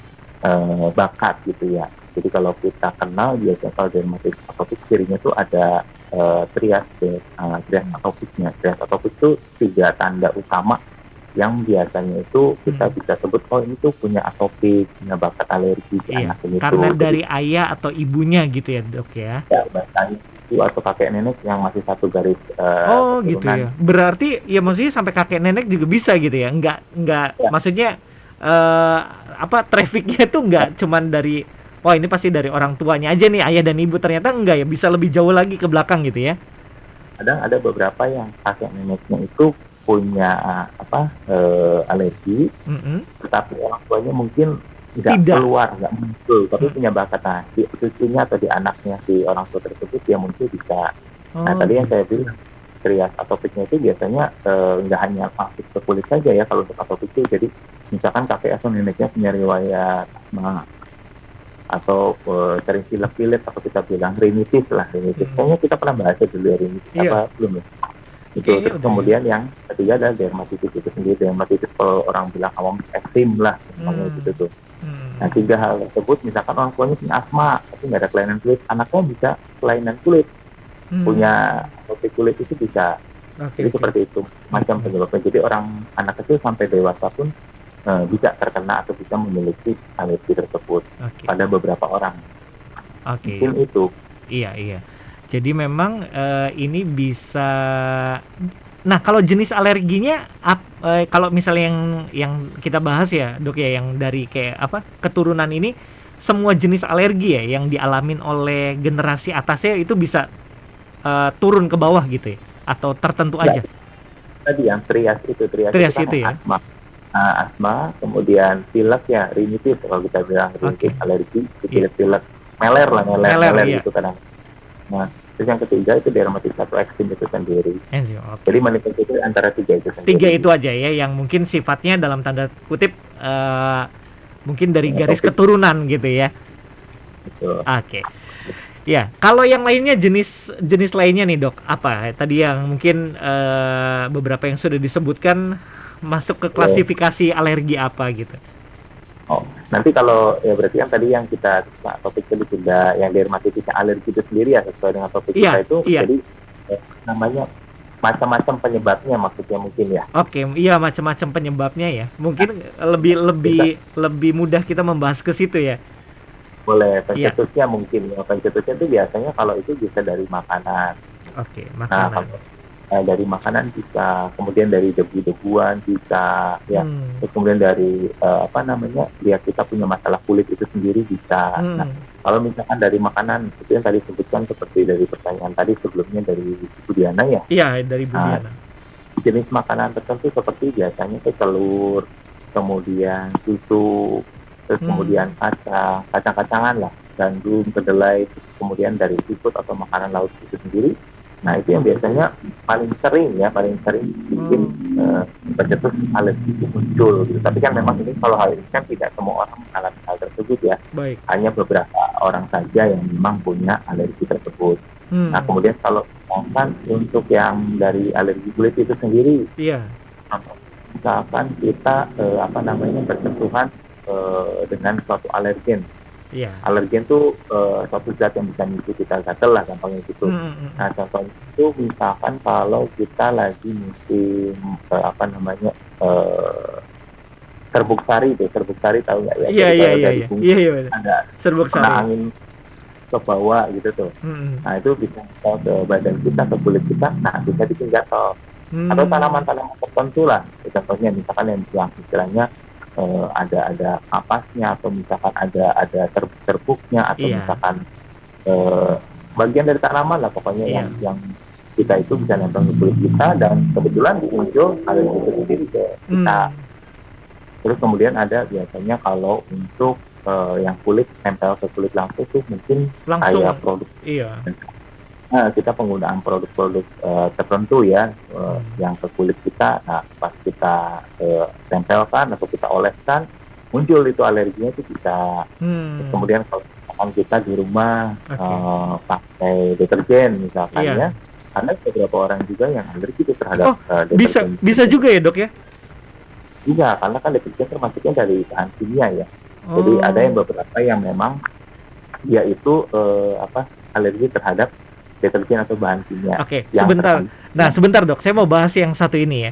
eh, bakat gitu ya. Jadi kalau kita kenal biasanya kalau dermatitis atopik cirinya tuh ada eh, trias deh, eh, trias atopiknya. Trias atopik itu tiga tanda utama yang biasanya itu kita Hmm. bisa sebut oh ini tuh punya atopik, punya bakat alergi di Iya, anak ini karena tuh. dari ayah atau ibunya gitu ya, Dok ya. Jadi, ya, bahasanya itu atau kakek nenek yang masih satu garis eh, Oh gitu keturunan. ya. Berarti ya maksudnya sampai kakek nenek juga bisa gitu ya. Enggak enggak Ya. maksudnya eh apa trafficnya tuh enggak cuman dari wah ini pasti dari orang tuanya aja nih, ayah dan ibu, ternyata enggak ya, bisa lebih jauh lagi ke belakang gitu ya. Kadang ada beberapa yang kakek neneknya itu punya eh, apa eh, alergi, Mm-mm. tetapi orang tuanya mungkin nggak Tidak. keluar, nggak muncul, tapi Hmm. punya bakat. Nah, di cucunya atau di anaknya si orang tua tersebut dia muncul bisa. Oh, Nah, tadi yang gitu. saya bilang trias atopiknya itu biasanya eh, nggak hanya masuk ke kulit saja ya kalau untuk atopik itu. Jadi misalkan kakek atau neneknya punya riwayat asma atau eh, sering pilek-pilek atau kita bilang rinitis lah, rinitis. Hmm. Kayaknya kita pernah bahas ya dulu ya rinitis Iya. apa belum ya? Itu Kayaknya terus udah kemudian yang ketiga adalah dermatitis itu sendiri. Dermatitis kalau orang bilang awam eksim lah, namanya Hmm. gitu tuh. Hmm. Nah, tiga hal tersebut misalkan orang tuanya punya asma tapi nggak ada kelainan kulit, anaknya bisa kelainan kulit, Hmm. punya atopik kulit itu bisa. Oke, Jadi oke. seperti itu macam penyebabnya. Jadi orang anak kecil sampai dewasa pun eh, bisa terkena atau bisa memiliki alergi tersebut Oke. pada beberapa orang. Oke. Mungkin itu. Iya, iya. Jadi memang eh, ini bisa. Nah, kalau jenis alerginya, ap- eh, kalau misalnya yang yang kita bahas ya, Dok ya, yang dari kayak apa keturunan ini, semua jenis alergi ya yang dialamin oleh generasi atasnya itu bisa eh, turun ke bawah gitu ya, atau tertentu Ya. aja. Tadi yang trias itu, trias, Trias itu, kan itu ya? asma. Nah, asma, kemudian pilek ya, rinitis kalau kita bilang rinitis Oke. alergi, Iya. pilek-pilek, meler lah, meler, Meler, meler, iya. gitu kadang. Nah, terus yang ketiga itu dermatitis atau eksim itu sendiri. Enzim, oke. Jadi manifest itu antara tiga itu sendiri. Tiga itu aja ya, yang mungkin sifatnya dalam tanda kutip eh, mungkin dari Ya, garis topik. keturunan gitu ya. Gitu. Oke. Ya, kalau yang lainnya jenis jenis lainnya nih, Dok, apa? Tadi yang mungkin eh, beberapa yang sudah disebutkan masuk ke klasifikasi alergi apa gitu. Oh, nanti kalau ya berarti kan tadi yang kita nah, topik itu juga yang dermatitis alergi itu sendiri ya sesuai dengan topik Iya, kita itu. iya. Jadi eh, namanya macam-macam penyebabnya maksudnya mungkin ya. Oke, iya macam-macam penyebabnya ya. Mungkin lebih lebih lebih mudah kita membahas ke situ ya. Boleh, Iya. pencetusnya mungkin ya. Pencetusnya itu biasanya kalau itu bisa dari makanan. Oke, Nah, makanan. kalau eh, dari makanan bisa, kemudian dari debu-debuan bisa, ya. Hmm. Terus kemudian dari eh, apa namanya, ya kita punya masalah kulit itu sendiri bisa. Hmm. Nah, kalau misalkan dari makanan, itu yang tadi sebutkan seperti dari pertanyaan tadi sebelumnya dari Ibu Diana ya, Iya, dari Bu Ah. Diana. jenis makanan tertentu seperti biasanya itu telur, kemudian susu, terus Hmm. kemudian kacang, kacang-kacangan lah, gandum, kedelai, terus kemudian dari seafood atau makanan laut itu sendiri. Nah, itu yang biasanya paling sering ya, paling sering bikin eh, pencetus alergi itu muncul gitu. Tapi kan memang ini kalau hal ini kan tidak semua orang mengalami hal tersebut ya. Baik. Hanya beberapa orang saja yang memang punya alergi tersebut. Hmm. Nah, kemudian kalau misalkan untuk yang dari alergi kulit itu sendiri, Iya. misalkan kita eh, apa namanya bersentuhan eh, dengan suatu alergen. Iya. Alergen itu eh, suatu zat yang bisa memicu kita gatel lah gampangnya gitu. Hmm, hmm, hmm. Nah, contohnya itu misalkan kalau kita lagi musim eh, apa namanya eh, serbuk sari deh, serbuk sari tahu nggak ya? Iya, Jadi iya, kalau iya, dari iya. bungkus Iya, iya, benar. ada Serbuk kena sari. angin ke bawah gitu tuh. Hmm. Nah, itu bisa nempel ke badan kita, ke kulit kita. Nah, bisa bikin gatal. Hmm. Atau tanaman-tanaman tertentu lah. Contohnya misalkan yang yang istilahnya eh, ada ada kapasnya, atau misalkan ada ada terbuk-terbuknya, atau Iya. misalkan eh, bagian dari tanaman lah pokoknya Iya. yang yang kita itu bisa nempel ke kulit kita, dan kebetulan muncul alergi itu sendiri ke kita. Hmm. Terus kemudian ada biasanya kalau untuk eh, yang kulit nempel ke kulit langsung tuh mungkin Langsung. kayak produk, Iya. nah, kita penggunaan produk-produk eh, tertentu ya eh, Hmm. yang ke kulit kita. Nah, pas kita eh, tempelkan atau kita oleskan, muncul itu alerginya itu bisa. Hmm. Kemudian kalau misalkan kita di rumah Oke. eh, pakai deterjen misalkan Iya. ya, ada beberapa orang juga yang alergi tuh terhadap Oh, eh, Bisa deterjen. bisa juga ya, Dok ya? Iya, karena kan deterjen termasuknya dari bahan kimia ya. Jadi Oh. ada yang beberapa yang memang dia itu eh, apa alergi terhadap deterjen atau bahan kimia. Oke, yang sebentar. tertentu. Nah, sebentar Dok, saya mau bahas yang satu ini ya.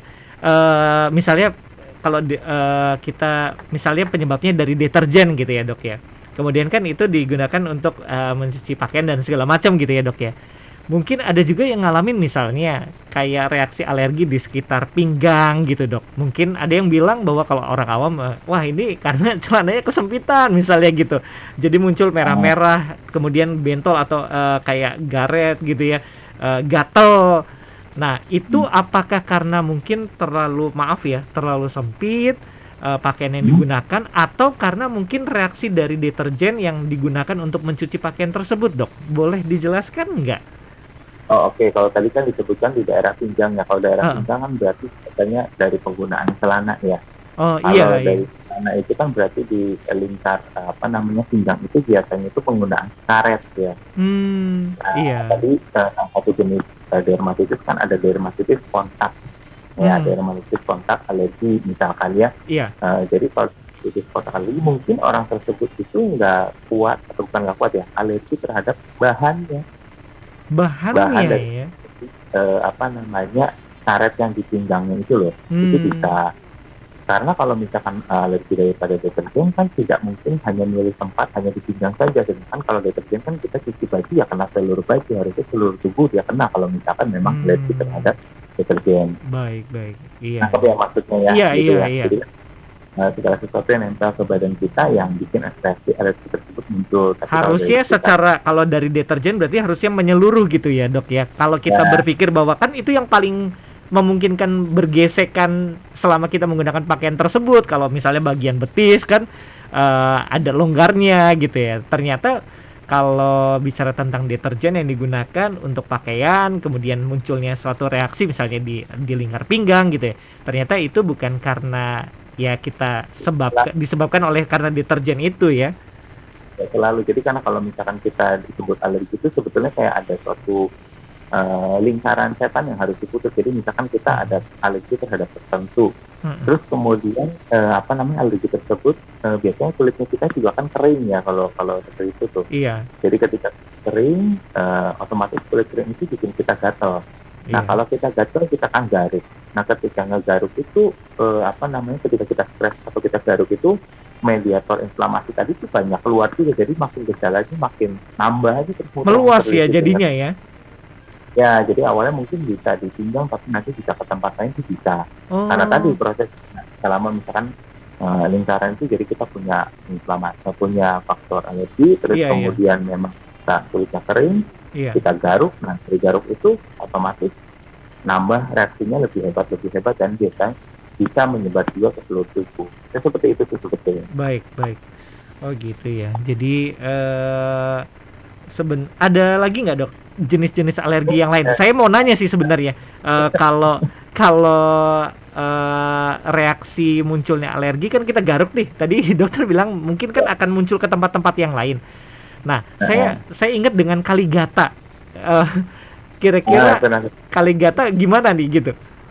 Eh, misalnya kalau di- eh, kita misalnya penyebabnya dari deterjen gitu ya Dok ya. Kemudian kan itu digunakan untuk eh, mencuci pakaian dan segala macam gitu ya Dok ya. Mungkin ada juga yang ngalamin misalnya kayak reaksi alergi di sekitar pinggang gitu Dok. Mungkin ada yang bilang bahwa kalau orang awam, eh, wah ini karena celananya kesempitan misalnya gitu. Jadi muncul merah-merah, kemudian bentol atau eh, kayak garet gitu ya, eh, gatel. Nah itu apakah karena mungkin terlalu, maaf ya, terlalu sempit eh, pakaian yang digunakan, atau karena mungkin reaksi dari deterjen yang digunakan untuk mencuci pakaian tersebut Dok? Boleh dijelaskan nggak? Oh, oke, kalau tadi kan disebutkan di daerah pinggang ya. Kalau daerah Ah. pinggang kan berarti katanya dari penggunaan celana ya. Oh Kalau iya, iya. dari celana itu kan berarti di lingkar apa namanya pinggang itu biasanya itu penggunaan karet ya. Hmm, Nah, iya. tadi eh, satu jenis eh, dermatitis kan ada dermatitis kontak. Ya, Hmm. dermatitis kontak alergi misalkan ya. Iya. Eh, jadi kalau dermatitis kontak alergi mungkin orang tersebut itu nggak kuat, atau bukan nggak kuat ya, alergi terhadap bahannya. Bahannya Bahan dari- ya. Eh, apa namanya karet yang di pinggangnya itu loh. Itu Hmm. bisa, karena kalau misalkan uh, alergi daripada deterjen kan tidak mungkin hanya milih tempat hanya di pinggang saja. Sedangkan kalau deterjen kan kita cuci baju ya kena seluruh baju, harusnya seluruh tubuh dia kena kalau misalkan memang Hmm. alergi terhadap deterjen. Baik, baik. Iya. Nah, tapi ya maksudnya ya, Iya, gitu iya, ya. iya. Jadi uh, segala sesuatu yang nempel ke badan kita yang bikin reaksi alergi tersebut muncul. Tapi kalau Harusnya dari kita- secara, kalau dari deterjen berarti harusnya menyeluruh gitu ya Dok ya. Kalau kita Ya. berpikir bahwa kan itu yang paling memungkinkan bergesekan selama kita menggunakan pakaian tersebut. Kalau misalnya bagian betis kan eh, ada longgarnya gitu ya. Ternyata kalau bicara tentang deterjen yang digunakan untuk pakaian, kemudian munculnya suatu reaksi misalnya di di lingkar pinggang gitu ya. Ternyata itu bukan karena ya kita sebab disebabkan oleh karena deterjen itu ya. ya selalu. Jadi karena kalau misalkan kita disebut alergi itu sebetulnya kayak ada suatu uh, lingkaran setan yang harus diputus. Jadi misalkan kita ada alergi terhadap tertentu, Mm-mm. terus kemudian uh, apa namanya alergi tersebut uh, biasanya kulitnya kita juga kan kering ya kalau kalau seperti itu tuh. Iya. Jadi ketika kering, uh, otomatis kulit kering itu bikin kita gatal. Nah, Iya. kalau kita gatal kita kan garuk. Nah, ketika ngegaruk itu eh, apa namanya ketika kita stres atau kita garuk itu mediator inflamasi tadi tuh banyak keluar juga, jadi makin gejalanya makin nambah aja terus Meluas muter-muter ya gitu. jadinya ya. Ya, jadi awalnya mungkin bisa di pinggang tapi nanti bisa ke tempat lain itu bisa. Oh. Karena tadi proses selama misalkan eh, lingkaran itu jadi kita punya inflamasi, punya faktor alergi, terus Iya, iya. kemudian memang kita kulitnya kering, Iya. kita garuk, nah dari garuk itu otomatis nambah reaksinya lebih hebat, lebih hebat dan biasanya bisa menyebar juga ke seluruh tubuh. Ya, seperti itu tuh sebetulnya. Baik, baik. Oh gitu ya. Jadi eh seben ada lagi nggak dok jenis-jenis alergi yang lain? Saya mau nanya sih sebenarnya eh, kalau kalau eh, reaksi munculnya alergi kan kita garuk nih. Tadi dokter bilang mungkin kan akan muncul ke tempat-tempat yang lain. Nah, saya saya ingat dengan Kaligata. Eh, kira-kira Nah, pernah- Kaligata gimana nih gitu?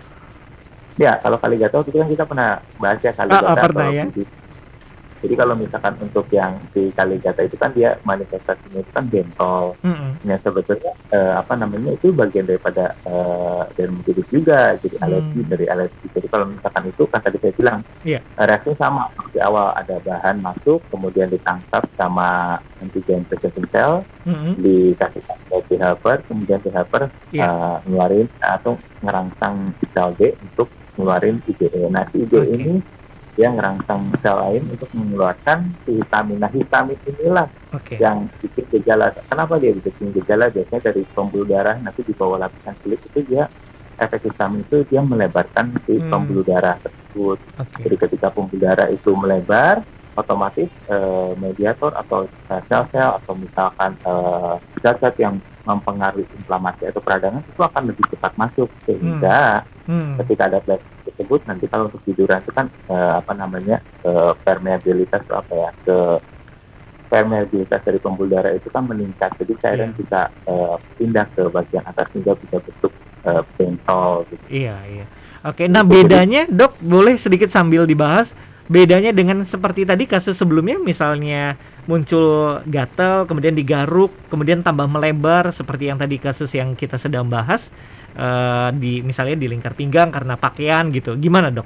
Ya, kalau Kaligata waktu itu kan kita pernah bahas ya Kaligata. Ah, ah, pernah kalau ya. di- Jadi kalau misalkan untuk yang di Kaligata itu kan dia manifestasinya itu kan bentol. Mm-mm. Nah sebetulnya eh, apa namanya itu bagian daripada eh, dermatitis juga, jadi Hmm. alergi dari alergi. Jadi kalau misalkan itu kan tadi saya bilang Iya. eh, reaksinya sama di awal ada bahan masuk, kemudian ditangkap sama antigen presenting cell, Mm-mm. dikasih ke T helper, kemudian T helper Iya. eh, ngeluarin atau ngerangsang sel B untuk ngeluarin I G E. Nah si I G E Oke. ini dia ngerangsang sel lain untuk mengeluarkan si histamin. Nah histamin inilah Oke. yang bikin gejala. Kenapa dia bikin gejala? Biasanya dari pembuluh darah nanti di bawah lapisan kulit itu dia efek histamin itu dia melebarkan si Hmm. pembuluh darah tersebut. Oke. Jadi ketika pembuluh darah itu melebar, otomatis eh, mediator atau eh, sel-sel atau misalkan eh, zat-zat yang mempengaruhi inflamasi atau peradangan itu akan lebih cepat masuk sehingga Hmm. ketika ada plastik tersebut nanti kalau untuk tiduran itu kan eh, apa namanya eh, permeabilitas atau apa ya ke permeabilitas dari pembuluh darah itu kan meningkat, jadi cairan Iya. bisa eh, pindah ke bagian atas sehingga bisa bentuk eh, bentol gitu. Iya, iya. Oke, nah bedanya dok boleh sedikit sambil dibahas bedanya dengan seperti tadi kasus sebelumnya misalnya muncul gatal kemudian digaruk kemudian tambah melebar seperti yang tadi kasus yang kita sedang bahas eh, di misalnya di lingkar pinggang karena pakaian gitu. Gimana dok?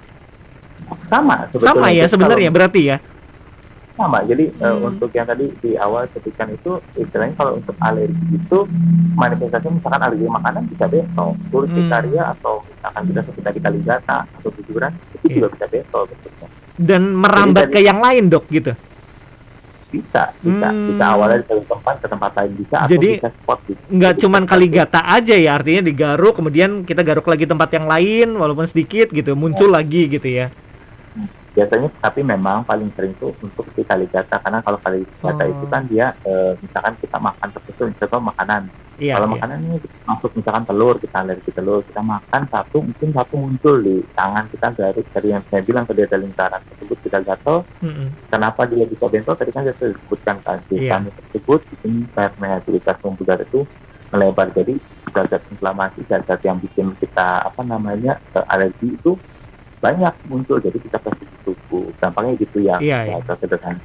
Sama sebetulnya. Sama ya Jadi sebenarnya kalau- berarti ya. sama. Jadi eh, Hmm. untuk yang tadi di awal ketika itu istilahnya kalau untuk alergi itu manifestasinya misalkan alergi makanan bisa bentol, urtikaria Hmm. atau misalkan kita seperti tadi Kaligata atau tiduran itu Iya. juga bisa bentol bentuknya. Dan merambat Jadi ke yang lain dok gitu. Bisa, bisa, Hmm. bisa awalnya dari satu tempat ke tempat lain bisa atau Jadi, bisa spot gitu. Nggak Jadi cuman bisa Kaligata aja ya, artinya digaruk kemudian kita garuk lagi tempat yang lain walaupun sedikit gitu muncul lagi gitu ya. biasanya, tapi memang paling sering itu untuk si Kaligata karena kalau Kaligata Oh. itu kan dia eh, misalkan kita makan tertentu, contoh makanan. Iya. Kalau iya. makanan ini masuk misalkan telur, kita alergi telur, kita makan satu, mungkin satu muncul di tangan kita garuk dari yang saya bilang tadi ada lingkaran tersebut kita gatal. Mm-mm. Kenapa dia bisa bentol? Tadi kan saya sudah sebutkan kan, Iya. histamin tersebut bikin permeabilitas pembuluh darah itu melebar. Jadi zat-zat inflamasi, zat-zat yang bikin kita apa namanya eh, alergi itu banyak muncul. Jadi kita kasih di tubuh. Gampangnya gitu ya. Iya, iya. bahasa sederhana.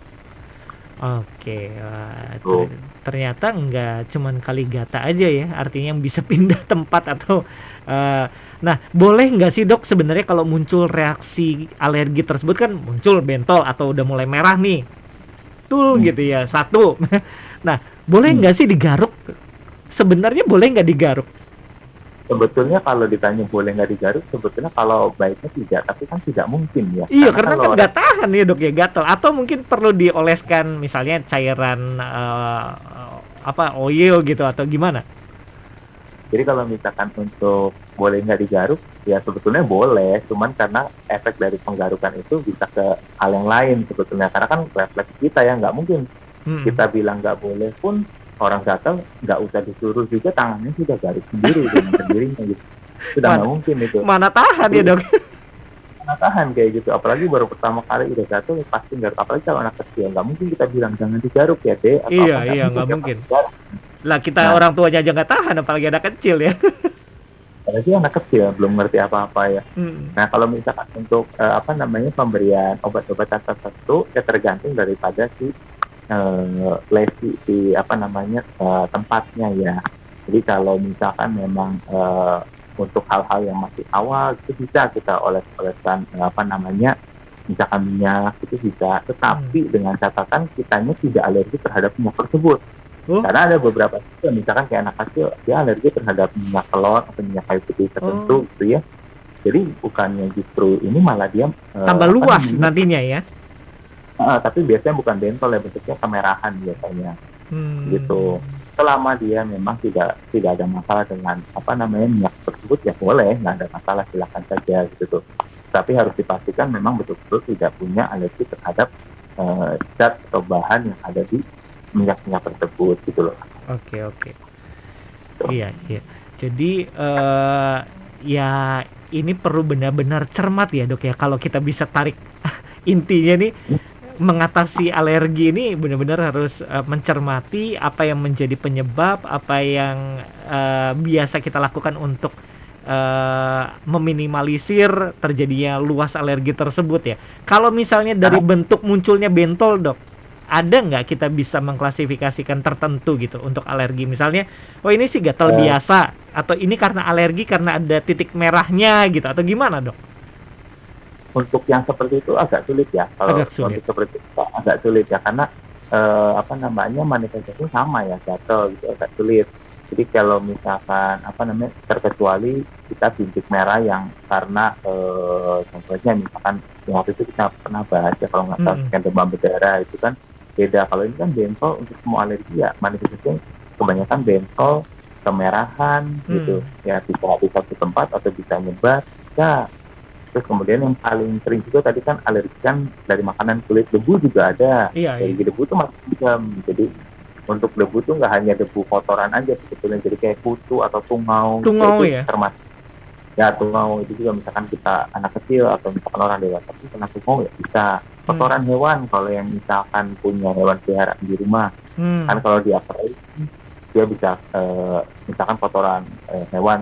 Oke, wah, ter- Tuh. ternyata nggak cuman Kaligata aja ya, artinya yang bisa pindah tempat atau eh, nah boleh nggak sih dok sebenarnya kalau muncul reaksi alergi tersebut kan muncul bentol atau udah mulai merah nih, tuh Hmm. gitu ya satu. Nah boleh Hmm. nggak sih digaruk? Sebenarnya boleh nggak digaruk? Sebetulnya kalau ditanya boleh nggak digaruk, sebetulnya kalau baiknya tidak, tapi kan tidak mungkin ya. Iya karena kan kalau nggak tahan ya dok ya gatal atau mungkin perlu dioleskan misalnya cairan eh, apa oil gitu atau gimana? Jadi kalau misalkan untuk boleh nggak digaruk, ya sebetulnya boleh, cuman karena efek dari penggarukan itu bisa ke hal yang lain sebetulnya. Karena kan refleks kita ya, nggak mungkin Hmm. kita bilang nggak boleh pun orang gatal nggak usah disuruh juga, tangannya sudah garuk sendiri dengan sendirinya gitu. Sudah nggak Mana- mungkin itu. Mana tahan ya dok? Mana tahan kayak gitu, apalagi baru pertama kali udah gatal pasti garuk. Apalagi kalau anak kecil, nggak mungkin kita bilang jangan digaruk ya deh. Atau Iya, apa, iya, nggak dia mungkin. pasti garuk. Lah kita Nah. orang tuanya aja nggak tahan apalagi anak kecil ya. Apalagi anak kecil belum ngerti apa-apa ya. Hmm. Nah, kalau misalkan untuk eh, apa namanya pemberian obat-obatan tertentu, ya tergantung daripada si eh, lesi si apa namanya eh, tempatnya ya. Jadi kalau misalkan memang eh, untuk hal-hal yang masih awal itu bisa kita oles-oleskan eh, apa namanya misalkan minyak itu bisa, tetapi dengan catatan kitanya tidak alergi terhadap minyak tersebut. Oh. Karena ada beberapa juga, misalkan kayak anak kecil dia alergi terhadap minyak telur atau minyak kayu putih tertentu gitu ya. Jadi bukannya justru ini malah dia eh, Tambah apa luas namanya, nantinya ya. eh, tapi biasanya bukan bentol ya, bentuknya kemerahan biasanya Hmm. gitu. Selama dia memang tidak tidak ada masalah dengan apa namanya minyak tersebut ya boleh, nggak ada masalah, silakan saja gitu tuh. Tapi harus dipastikan memang betul-betul tidak punya alergi terhadap eh, zat atau bahan yang ada di minyak-minyak tersebut gitu loh. Oke, oke. Iya, iya. Jadi eh ya ini perlu benar-benar cermat ya, Dok ya. Kalau kita bisa tarik intinya nih, mengatasi alergi ini benar-benar harus eh, mencermati apa yang menjadi penyebab, apa yang eh, biasa kita lakukan untuk eh, meminimalisir terjadinya luas alergi tersebut ya. Kalau misalnya dari bentuk munculnya bentol, Dok, ada nggak kita bisa mengklasifikasikan tertentu gitu untuk alergi? Misalnya, oh ini sih gatal Eh. biasa, atau ini karena alergi karena ada titik merahnya gitu, atau gimana, Dok? Untuk yang seperti itu agak sulit ya. Kalau Agak sulit. untuk seperti itu agak sulit ya karena eh, apa namanya manifestasinya sama ya, gatal gitu, agak sulit. Jadi kalau misalkan apa namanya terkecuali kita bintik merah yang karena eh, contohnya misalkan yang waktu itu kita pernah bahas ya kalau nggak salah Mm-mm. kan demam berdarah itu kan beda. Kalau ini kan bentol untuk semua alergi ya manifestasinya kebanyakan bentol, kemerahan gitu Hmm. ya, bisa di satu tempat atau bisa nyebar ya. Terus kemudian yang paling sering juga tadi kan alergi kan dari makanan, kulit, debu juga ada. Iya, iya. Alergi debu tuh macam-macam. Jadi untuk debu tuh nggak hanya debu kotoran aja sebetulnya, jadi kayak kutu atau tungau. Tungau itu ya? termasuk ya tungau itu juga misalkan kita anak kecil atau misalkan orang dewasa itu kena tungau ya bisa. Kotoran hewan kalau yang misalkan punya hewan peliharaan di rumah Hmm. kan kalau dia kering dia bisa eh, misalkan kotoran eh, hewan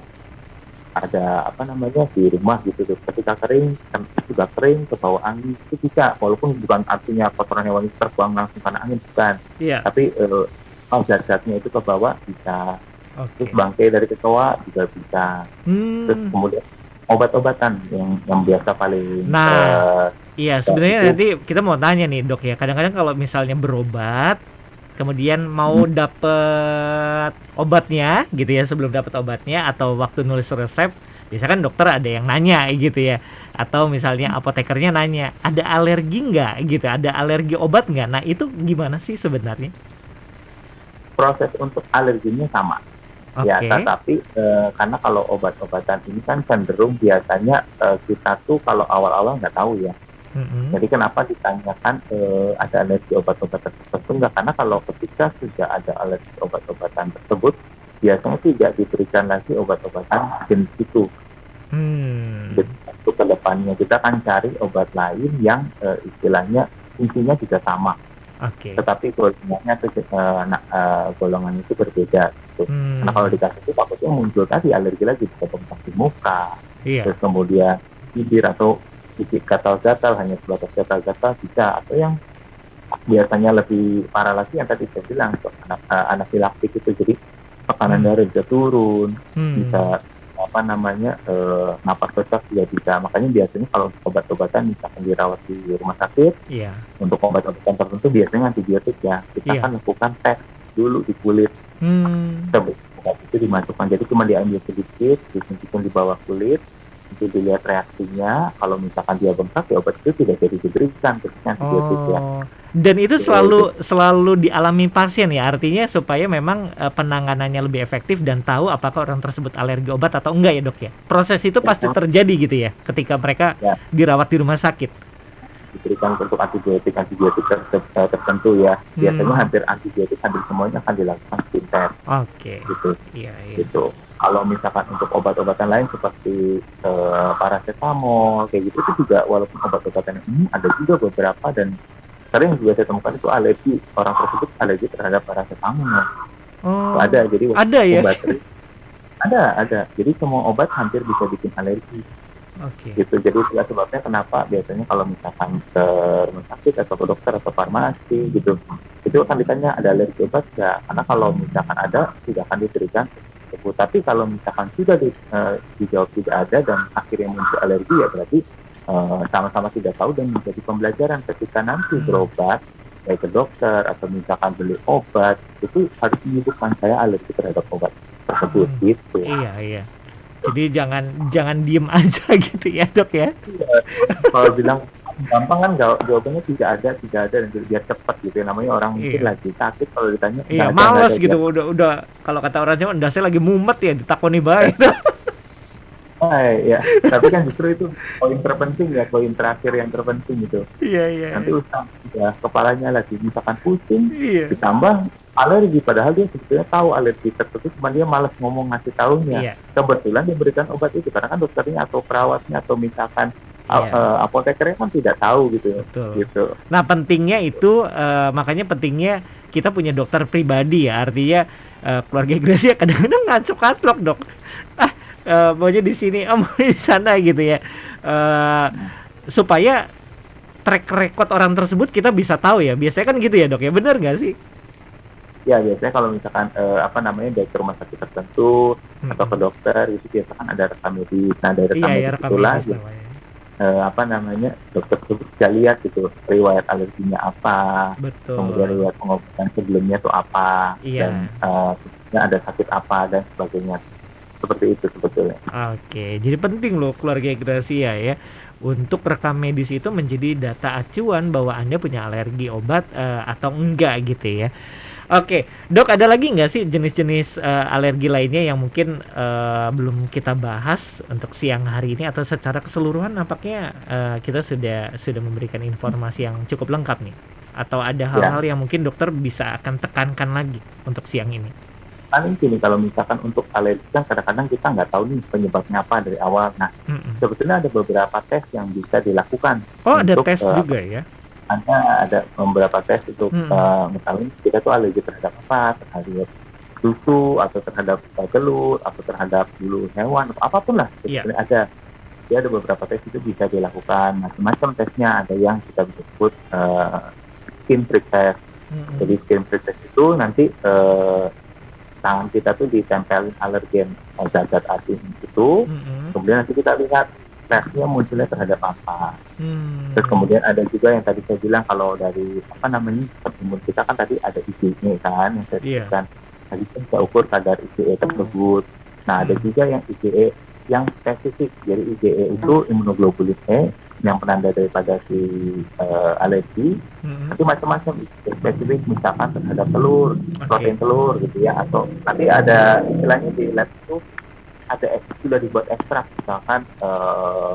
ada apa namanya di rumah gitu tuh, ketika kering kan sudah kering ke bawah angin itu bisa, walaupun bukan artinya kotoran hewan itu terbuang langsung karena angin, bukan, Iya. tapi eh, oh, zat-zatnya itu ke bawah bisa. Oke. Terus bangkai dari kecoa juga bisa. Terus Hmm. kemudian obat-obatan yang yang biasa paling Nah. eh, Iya, sebenarnya itu- nanti kita mau tanya nih, Dok ya. Kadang-kadang kalau misalnya berobat, kemudian mau Hmm. dapet obatnya gitu ya, sebelum dapat obatnya atau waktu nulis resep, biasanya kan dokter ada yang nanya gitu ya. Atau misalnya apotekernya nanya, ada alergi nggak gitu, ada alergi obat nggak? Nah, itu gimana sih sebenarnya? proses untuk alerginya sama. Oke. Ya, tetapi eh, karena kalau obat-obatan ini kan cenderung biasanya eh, kita tuh kalau awal-awal nggak tahu ya. Mm-mm. Jadi kenapa ditanyakan eh, ada alergi obat-obatan tertentu nggak? Karena kalau ketika sudah ada alergi obat-obatan tersebut, biasanya tidak diberikan lagi obat-obatan jenis itu. Hmm. Jadi untuk kedepannya kita akan cari obat lain yang eh, istilahnya fungsinya juga sama, Oke. tetapi golongannya atau eh, nah, eh, golongan itu berbeda. Gitu. Hmm. Karena kalau dikasih itu takutnya muncul tadi alergi lagi, bisa bengkak di muka, Iya. terus kemudian bibir atau gigi gatal-gatal, hanya sebatas gatal-gatal bisa, atau yang biasanya lebih parah lagi yang tadi saya bilang anak uh, anafilaktik itu, jadi tekanan Hmm. darah bisa turun, Hmm. bisa apa namanya eh, napas sesak juga bisa. Makanya biasanya kalau untuk obat-obatan misalkan dirawat di rumah sakit, Iya. untuk obat-obatan tertentu biasanya antibiotik ya, kita Iya. akan lakukan tes dulu di kulit. Hmm. Sebelum obat itu dimasukkan, jadi cuma diambil sedikit, disuntikin di bawah kulit, itu dilihat reaksinya. Kalau misalkan dia bengkak, ya obat itu tidak jadi diberikan, khususnya antibiotik ya. Oh, dan itu selalu selalu dialami pasien ya, artinya supaya memang eh, penanganannya lebih efektif dan tahu apakah orang tersebut alergi obat atau enggak ya, Dok ya. Proses itu pasti terjadi gitu ya ketika mereka Ya. dirawat di rumah sakit. Diberikan untuk antibiotik antibiotik ter- ter- tertentu ya. Biasanya Hmm. hampir antibiotik hampir semuanya akan dilakukan skin test Oke. gitu. Iya, iya. Gitu. Kalau misalkan untuk obat-obatan lain seperti eh, paracetamol kayak gitu, itu juga walaupun obat-obatan ini ada juga beberapa, dan sering juga saya temukan itu alergi, orang tersebut alergi terhadap paracetamol. Oh. Ada, jadi Ada ya? obat ada ada. Jadi semua obat hampir bisa bikin alergi. Oke. Gitu. Jadi itulah sebabnya kenapa biasanya kalau misalkan ke rumah sakit atau ke dokter atau farmasi gitu, itu akan ditanya ada alergi obat nggak? Karena kalau misalkan ada, tidak akan diberikan tersebut. Tapi kalau misalkan sudah di, eh, dijawab tidak ada dan akhirnya muncul alergi, ya berarti eh, sama-sama tidak tahu dan menjadi pembelajaran ketika nanti Hmm. berobat baik ke dokter atau misalkan beli obat, itu harus menyebutkan saya alergi terhadap obat tersebut Hmm. gitu. Iya, iya. Jadi jangan jangan diem aja gitu ya dok ya. Kalau bilang gampang kan jawab- jawabannya tidak ada, tidak ada dan biar cepat gitu ya. Namanya orang mungkin Iya. lagi sakit, kalau ditanya Iya, nggak ada, nggak males ada, gitu. Udah udah kalau kata orang Jawa, "Ndase lagi mumet ya ditakoni bae." Ah, ya, tapi kan justru itu poin terpenting ya, poin terakhir yang terpenting gitu. Iya, iya. Nanti usah ya kepalanya lagi misalkan pusing, Iya. ditambah alergi, padahal dia sebetulnya tahu alergi tersebut, cuma dia malas ngomong ngasih tahunya. Iya. Kebetulan dia berikan obat itu karena kan dokternya atau perawatnya atau misalkan a- Iya. eh, apotekernya kan tidak tahu gitu, Betul. gitu. Nah, pentingnya itu eh, makanya pentingnya kita punya dokter pribadi ya. Artinya eh, keluarga Gracia kadang-kadang ngacok-ngacok, Dok. Ah, eh, maunya di sini, ah, mau di sana gitu ya. Eh, supaya track record orang tersebut kita bisa tahu ya. Biasanya kan gitu ya, Dok ya. Benar nggak sih? Ya biasanya kalau misalkan eh, apa namanya baik ke rumah sakit tertentu Hmm. atau ke dokter itu biasa kan ada rekam medis. Nah dari rekam Iya, ya, medis rekam itulah medis namanya. eh, apa namanya dokter tersebut bisa lihat gitu riwayat alerginya apa, kemudian Betul. riwayat pengobatan sebelumnya tuh apa, Iya. dan eh, sebetulnya ada sakit apa dan sebagainya. Seperti itu sebetulnya. Oke, jadi penting loh keluarga Gracia ya untuk rekam medis itu menjadi data acuan bahwa Anda punya alergi obat eh, atau enggak gitu ya. Oke, Dok, ada lagi nggak sih jenis-jenis eh, alergi lainnya yang mungkin eh, belum kita bahas untuk siang hari ini, atau secara keseluruhan nampaknya eh, kita sudah sudah memberikan informasi yang cukup lengkap nih, atau ada hal-hal yang mungkin dokter bisa akan tekankan lagi untuk siang ini? Paling gini, kalau misalkan untuk alergi kan kadang-kadang kita nggak tahu nih penyebabnya apa dari awal. Nah Mm-mm. sebetulnya ada beberapa tes yang bisa dilakukan. Oh, ada Untuk, tes eh, juga ya? Ada ada beberapa tes untuk Hmm. eh, misalnya kita tuh alergi terhadap apa, terhadap susu atau terhadap eh, telur atau terhadap bulu hewan atau apapun lah. Iya. Sebetulnya ada. Dia ada beberapa tes itu bisa dilakukan, macam-macam tesnya. Ada yang kita bisa sebut eh, skin prick test. Mm-mm. Jadi skin prick test itu nanti eh, tangan kita tuh ditempelin alergen eh, zat-zat asing itu, Mm-mm. kemudian nanti kita lihat reaksinya munculnya terhadap apa. Hmm. Terus kemudian ada juga yang tadi saya bilang kalau dari apa namanya imun kita kan tadi ada I G E kan yang saya Iya. sebutkan. Tadi kita bisa ukur kadar I G E tersebut. Nah ada Hmm. juga yang I G E yang spesifik. Jadi I G E itu imunoglobulin E yang penanda daripada si eh, alergi. Mm-mm. Nanti macam-macam spesifik misalkan terhadap telur, Oke. protein telur gitu ya, atau nanti ada istilahnya di lab itu ada ek- sudah dibuat ekstrak misalkan eh,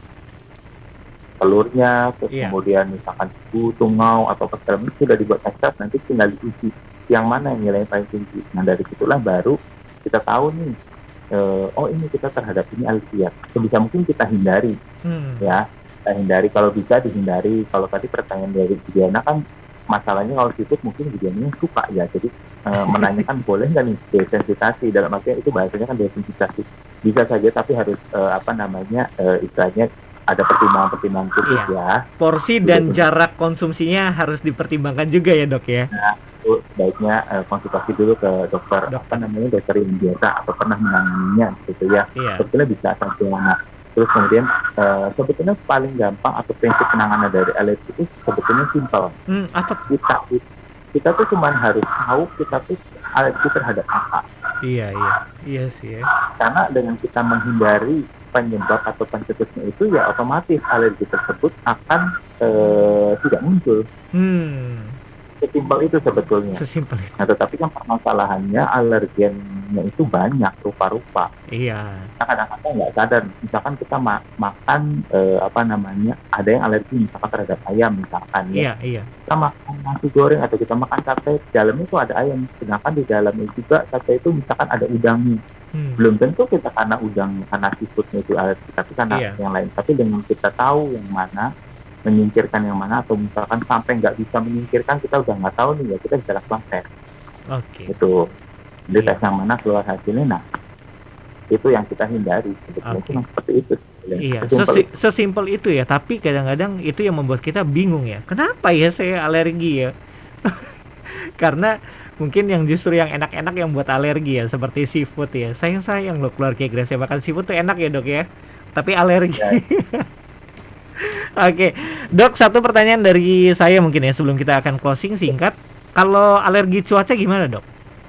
telurnya, terus Iya. kemudian misalkan susu, tungau atau apa segala macam sudah dibuat ekstrak, nanti tinggal diuji yang mana yang nilainya paling tinggi. Nah dari situlah baru kita tahu nih, eh, oh ini kita terhadap ini alergi ya. Sebisa mungkin kita hindari Hmm. ya, kita hindari kalau bisa dihindari. Kalau tadi pertanyaan dari Diana kan masalahnya kalau siput mungkin Diana suka ya, jadi eh, menanyakan boleh nggak nih desensitasi, dalam artinya itu bahasanya kan desensitasi, bisa saja tapi harus eh, apa namanya eh, istilahnya ada pertimbangan-pertimbangan khusus Iya. ya. Porsi dan Betul. jarak konsumsinya harus dipertimbangkan juga ya, Dok ya. Itu sebaiknya eh, konsultasi dulu ke dokter Dokter. apa namanya dokter yang biasa atau pernah menanganinya gitu ya. Iya. Sebetulnya bisa saja. Nah, terus kemudian eh, sebetulnya paling gampang atau prinsip penanganan dari alergi itu sebetulnya simpel. Hmm, apa? Kita kita tuh cuma harus tahu kita tuh alergi terhadap apa. Iya, iya. Iya sih ya. Karena dengan kita menghindari penyebab atau pencetusnya itu ya otomatis alergi tersebut akan eh, tidak muncul. Hmm, Sesimpel itu sebetulnya. sesimpel itu. Nah, tetapi kan permasalahannya alergennya itu banyak rupa-rupa. Iya. Kita kadang-kadang nggak sadar. Misalkan kita ma- makan eh, apa namanya, ada yang alergi misalkan terhadap ayam misalkan ya. Iya, iya. Kita makan nasi goreng atau kita makan sate, di dalamnya itu ada ayam. Sedangkan di dalamnya juga sate itu misalkan ada udangnya. Hmm. Belum tentu kita karena udang, karena seafoodnya itu alergi, tapi karena Iya. yang lain. Tapi dengan kita tahu yang mana, menyingkirkan yang mana, atau misalkan sampai nggak bisa menyingkirkan, kita udah nggak tahu nih ya, kita bisa lakukan tes Oke. itu. Jadi Iya. tes yang mana keluar hasilnya, nah itu yang kita hindari. Sebetulnya Oke. cuma seperti itu. Iya, Sesimpel sesi- itu. sesimpel itu ya, tapi kadang-kadang itu yang membuat kita bingung ya. Kenapa ya saya alergi ya? Karena mungkin yang justru yang enak-enak yang buat alergi ya, seperti seafood ya. Sayang-sayang loh keluarga Gracia makan seafood tuh enak ya dok ya, tapi alergi. Ya. Oke, dok, satu pertanyaan dari saya mungkin ya sebelum kita akan closing singkat. Kalau alergi cuaca gimana dok?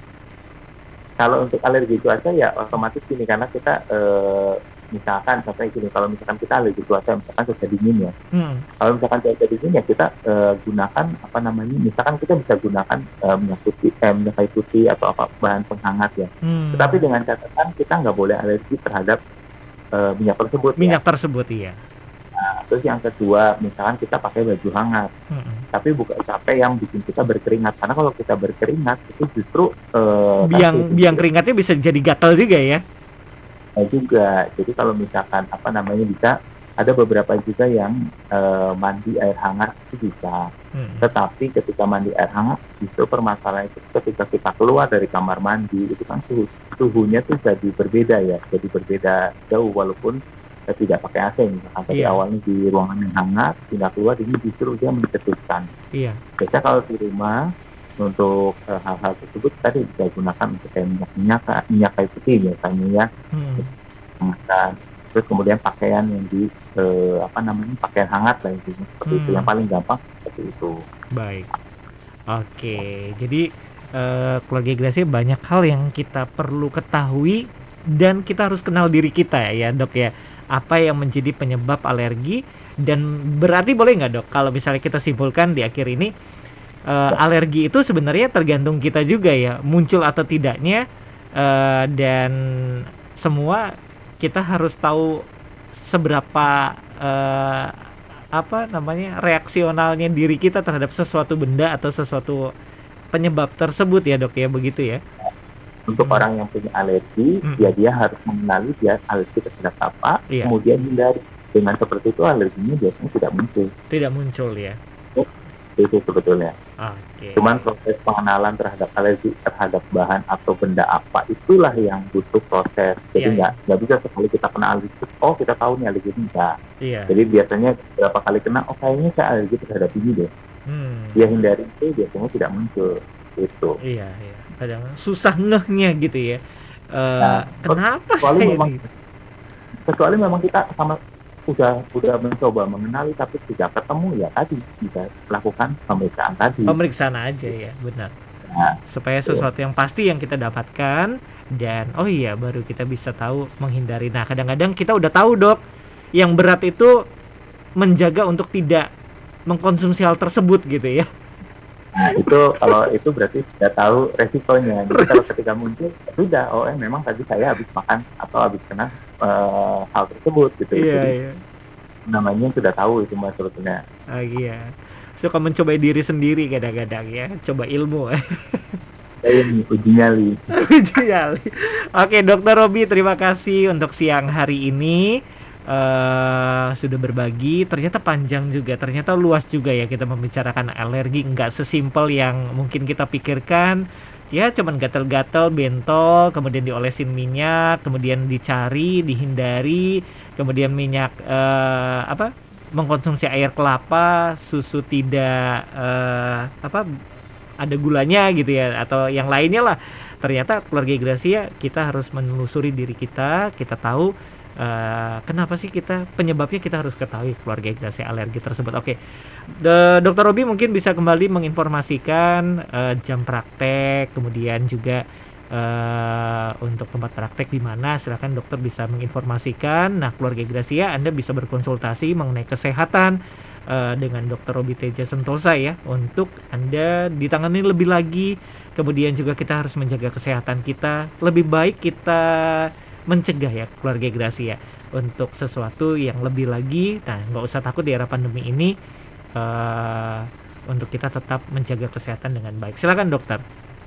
Kalau untuk alergi cuaca ya otomatis gini, karena kita eh, misalkan contohnya gini, kalau misalkan kita alergi cuaca misalkan cuaca dingin ya, Hmm. kalau misalkan cuaca dingin ya kita eh, gunakan apa namanya, misalkan kita bisa gunakan eh, minyak putih, eh, minyak kayu putih atau apa bahan penghangat ya. Hmm. Tetapi dengan catatan kita nggak boleh alergi terhadap eh, minyak tersebut. Minyak Ya. tersebut iya. Nah, terus yang kedua, misalkan kita pakai baju hangat, Hmm. tapi bukan sampai yang bikin kita berkeringat, karena kalau kita berkeringat itu justru eh, Biang tadi- biang keringatnya bisa jadi gatal juga ya. Nah, juga. Jadi kalau misalkan apa namanya bisa, ada beberapa juga yang eh, mandi air hangat itu bisa. Hmm. Tetapi ketika mandi air hangat, justru permasalahan itu ketika kita keluar dari kamar mandi itu kan suhu, suhunya tuh jadi berbeda ya, jadi berbeda jauh walaupun eh, tidak pakai A C misalkan. Tapi Iya. awalnya di ruangan yang hangat, pindah keluar ini justru dia mencetuskan. Iya. Biasanya kalau di rumah untuk eh, hal-hal tersebut tadi bisa gunakan untuk kayak minyak minyak minyak kayu putih biasanya ya. Hmm. Hangatkan. Terus kemudian pakaian yang di eh, apa namanya pakaian hangat lah intinya seperti itu, Hmm. yang paling gampang seperti itu. Baik. Oke, jadi eh, keluarga Gracia banyak hal yang kita perlu ketahui dan kita harus kenal diri kita ya dok ya. Apa yang menjadi penyebab alergi, dan berarti boleh nggak dok kalau misalnya kita simpulkan di akhir ini eh, alergi itu sebenarnya tergantung kita juga ya, muncul atau tidaknya, eh, dan semua kita harus tahu seberapa eh, apa namanya reaksionalnya diri kita terhadap sesuatu benda atau sesuatu penyebab tersebut ya dok ya, begitu ya. Untuk Hmm. orang yang punya alergi, Hmm. ya dia harus mengenali dia alergi terhadap apa, Iya. kemudian hindari. Dengan seperti itu alerginya biasanya tidak muncul. Tidak muncul ya. Itu sebetulnya. Oke. Cuman proses pengenalan terhadap alergi terhadap bahan atau benda apa itulah yang butuh proses. Jadi Iya, nggak nggak bisa sekali kita kena alergi, oh kita tahu nih alergi ini enggak. Iya. Jadi biasanya berapa kali kena, oh kayaknya saya alergi terhadap ini deh. Hmm. Dia hindari itu biasanya tidak muncul. Itu. Iya, iya. Kadang susah ngehnya gitu ya. Eh, Nah, kenapa kecuali saya memang- ini? Kecuali memang kita sama udah udah mencoba mengenali tapi tidak ketemu, ya tadi bisa lakukan pemeriksaan tadi. Pemeriksaan aja ya, benar. Nah, Supaya sesuatu yang pasti yang kita dapatkan, dan oh iya baru kita bisa tahu menghindari. Nah, kadang-kadang kita udah tahu dok, yang berat itu menjaga untuk tidak mengkonsumsi hal tersebut gitu ya. nah, itu kalau itu berarti sudah tahu resikonya. Jadi kalau ketika muncul, ya sudah, oh eh, memang tadi saya habis makan atau habis kena eh, hal tersebut gitu. Iya, Jadi iya. namanya sudah tahu itu mas sebetulnya. Ah, iya. Suka mencoba diri sendiri kadang-kadang ya, coba ilmu. Saya ini uji nyali. Uji nyali. Oke, Dokter Robi, terima kasih untuk siang hari ini. eh sudah berbagi, ternyata panjang juga, ternyata luas juga ya kita membicarakan alergi, nggak sesimpel yang mungkin kita pikirkan. Ya cuman gatal-gatal, bentol, kemudian diolesin minyak, kemudian dicari, dihindari, kemudian minyak eh, apa mengkonsumsi air kelapa, susu tidak eh, apa ada gulanya gitu ya, atau yang lainnya lah. Ternyata keluarga Gracia kita harus menelusuri diri kita, kita tahu Uh, kenapa sih kita, penyebabnya kita harus ketahui keluarga Gracia alergi tersebut. Oke, The- Dokter Robi mungkin bisa kembali menginformasikan uh, jam praktek, kemudian juga uh, untuk tempat praktek di mana. Silakan dokter bisa menginformasikan. Nah, keluarga Gracia Anda bisa berkonsultasi mengenai kesehatan uh, dengan Dokter Robi Teja Sentosa ya, untuk Anda ditangani lebih lagi. Kemudian juga kita harus menjaga kesehatan kita. Lebih baik kita mencegah ya keluarga Gracia untuk sesuatu yang lebih lagi. Nah, nggak usah takut di era pandemi ini, uh, untuk kita tetap menjaga kesehatan dengan baik. Silakan dokter.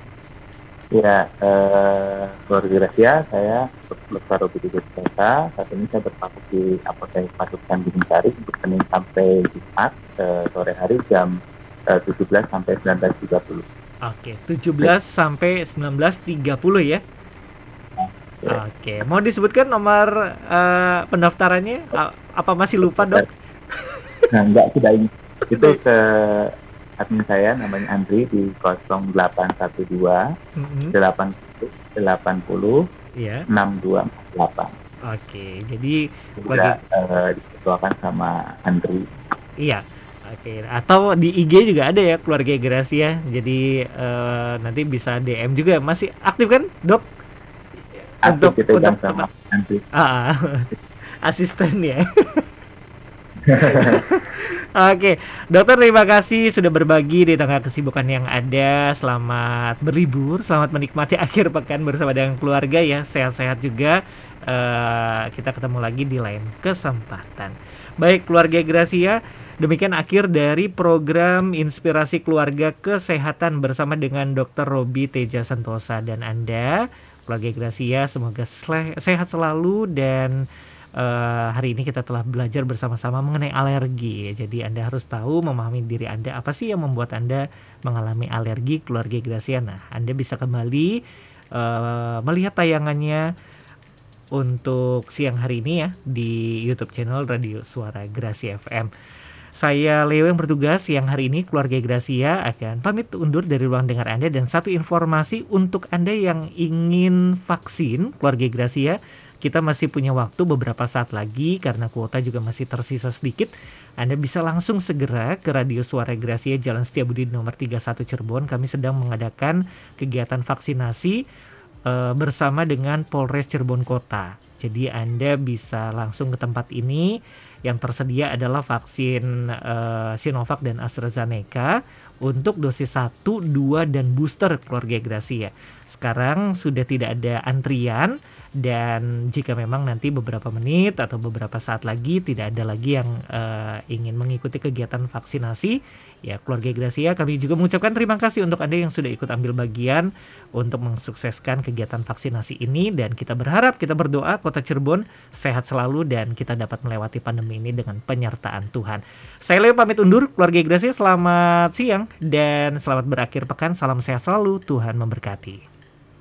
Ya, eh, keluarga Gracia, saya Dokter Robi Teja Sentosa. Saat ini saya berpraktek di Apotek Pasukan Gunung Sari untuk Senin sampai Jumat eh, sore hari jam eh, tujuh belas sampai sembilan belas tiga puluh. Oke, tujuh belas sampai sembilan belas tiga puluh ya. Ya. Oke, mau disebutkan nomor uh, pendaftarannya? A- apa masih lupa dok? Nah, enggak, sudah ini. Itu ke admin saya namanya Andri di nol delapan satu dua Mm-mm. delapan puluh delapan puluh Iya. enam dua empat delapan. Oke, jadi Juga eh, diketuakan sama Andri. iya. Oke, atau di I G juga ada ya Keluarga Gracia. Jadi eh, nanti bisa D M juga. Masih aktif kan, Dok? Aktif kita untuk bilang sama Andri. ah, asisten ya. Oke, dokter terima kasih sudah berbagi di tengah kesibukan yang ada. Selamat berlibur, selamat menikmati akhir pekan bersama dengan keluarga ya. Sehat-sehat juga. Eh, kita ketemu lagi di lain kesempatan. Baik, Keluarga Gracia, demikian akhir dari program Inspirasi Keluarga Kesehatan bersama dengan dokter Robi Teja Santosa dan Anda. Keluarga Gracia, semoga sele- sehat selalu dan Uh, hari ini kita telah belajar bersama-sama mengenai alergi. Jadi Anda harus tahu, memahami diri Anda, apa sih yang membuat Anda mengalami alergi. Keluarga Gracia. Nah, Anda bisa kembali uh, melihat tayangannya untuk siang hari ini ya di YouTube channel Radio Suara Gracia F M. Saya Leo yang bertugas siang hari ini. Keluarga Gracia akan pamit undur dari ruang dengar Anda. Dan satu informasi untuk Anda yang ingin vaksin, Keluarga Gracia, kita masih punya waktu beberapa saat lagi karena kuota juga masih tersisa sedikit. Anda bisa langsung segera ke Radio Suara Gracia Jalan Setiabudi nomor tiga puluh satu Cirebon. Kami sedang mengadakan kegiatan vaksinasi uh, bersama dengan Polres Cirebon Kota. Jadi Anda bisa langsung ke tempat ini. Yang tersedia adalah vaksin uh, Sinovac dan AstraZeneca untuk dosis satu, dua, dan booster, Keluarga Gracia. Sekarang sudah tidak ada antrian. Dan jika memang nanti beberapa menit atau beberapa saat lagi tidak ada lagi yang uh, ingin mengikuti kegiatan vaksinasi, ya Keluarga Gracia, kami juga mengucapkan terima kasih untuk Anda yang sudah ikut ambil bagian untuk mensukseskan kegiatan vaksinasi ini. Dan kita berharap, kita berdoa Kota Cirebon sehat selalu dan kita dapat melewati pandemi ini dengan penyertaan Tuhan. Saya Leo pamit undur. Keluarga Gracia, selamat siang dan selamat berakhir pekan. Salam sehat selalu, Tuhan memberkati.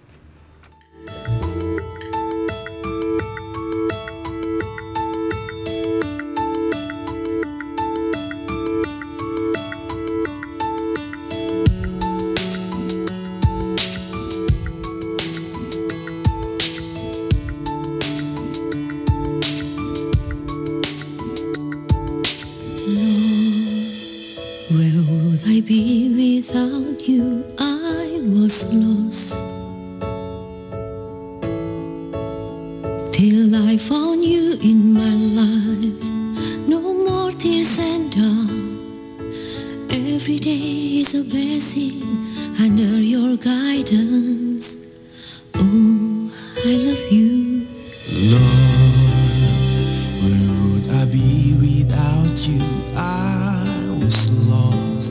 Where would I be without you? I was lost till I found you in my life. No more tears and doubt. Every day is a blessing under your guidance. Oh, I love you. Lord, where would I be without you? I was lost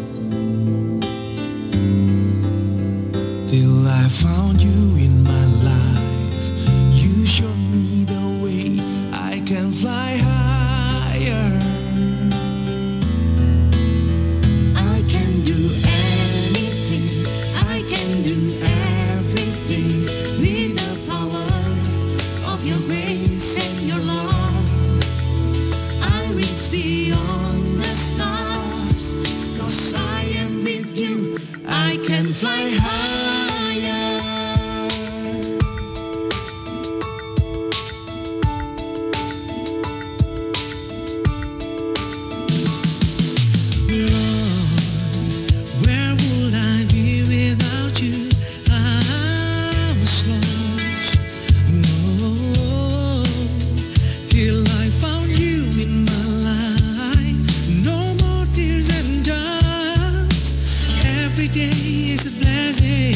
till I found you in my life. You showed me the way I can fly higher. I can do anything, I can do everything with the power of your grace and your love. I reach beyond the stars, 'cause I am with you. I can fly higher. Lord, where would I be without you? I was lost. Oh, till I found you in my life. No more tears and doubts. Every day is a blessing.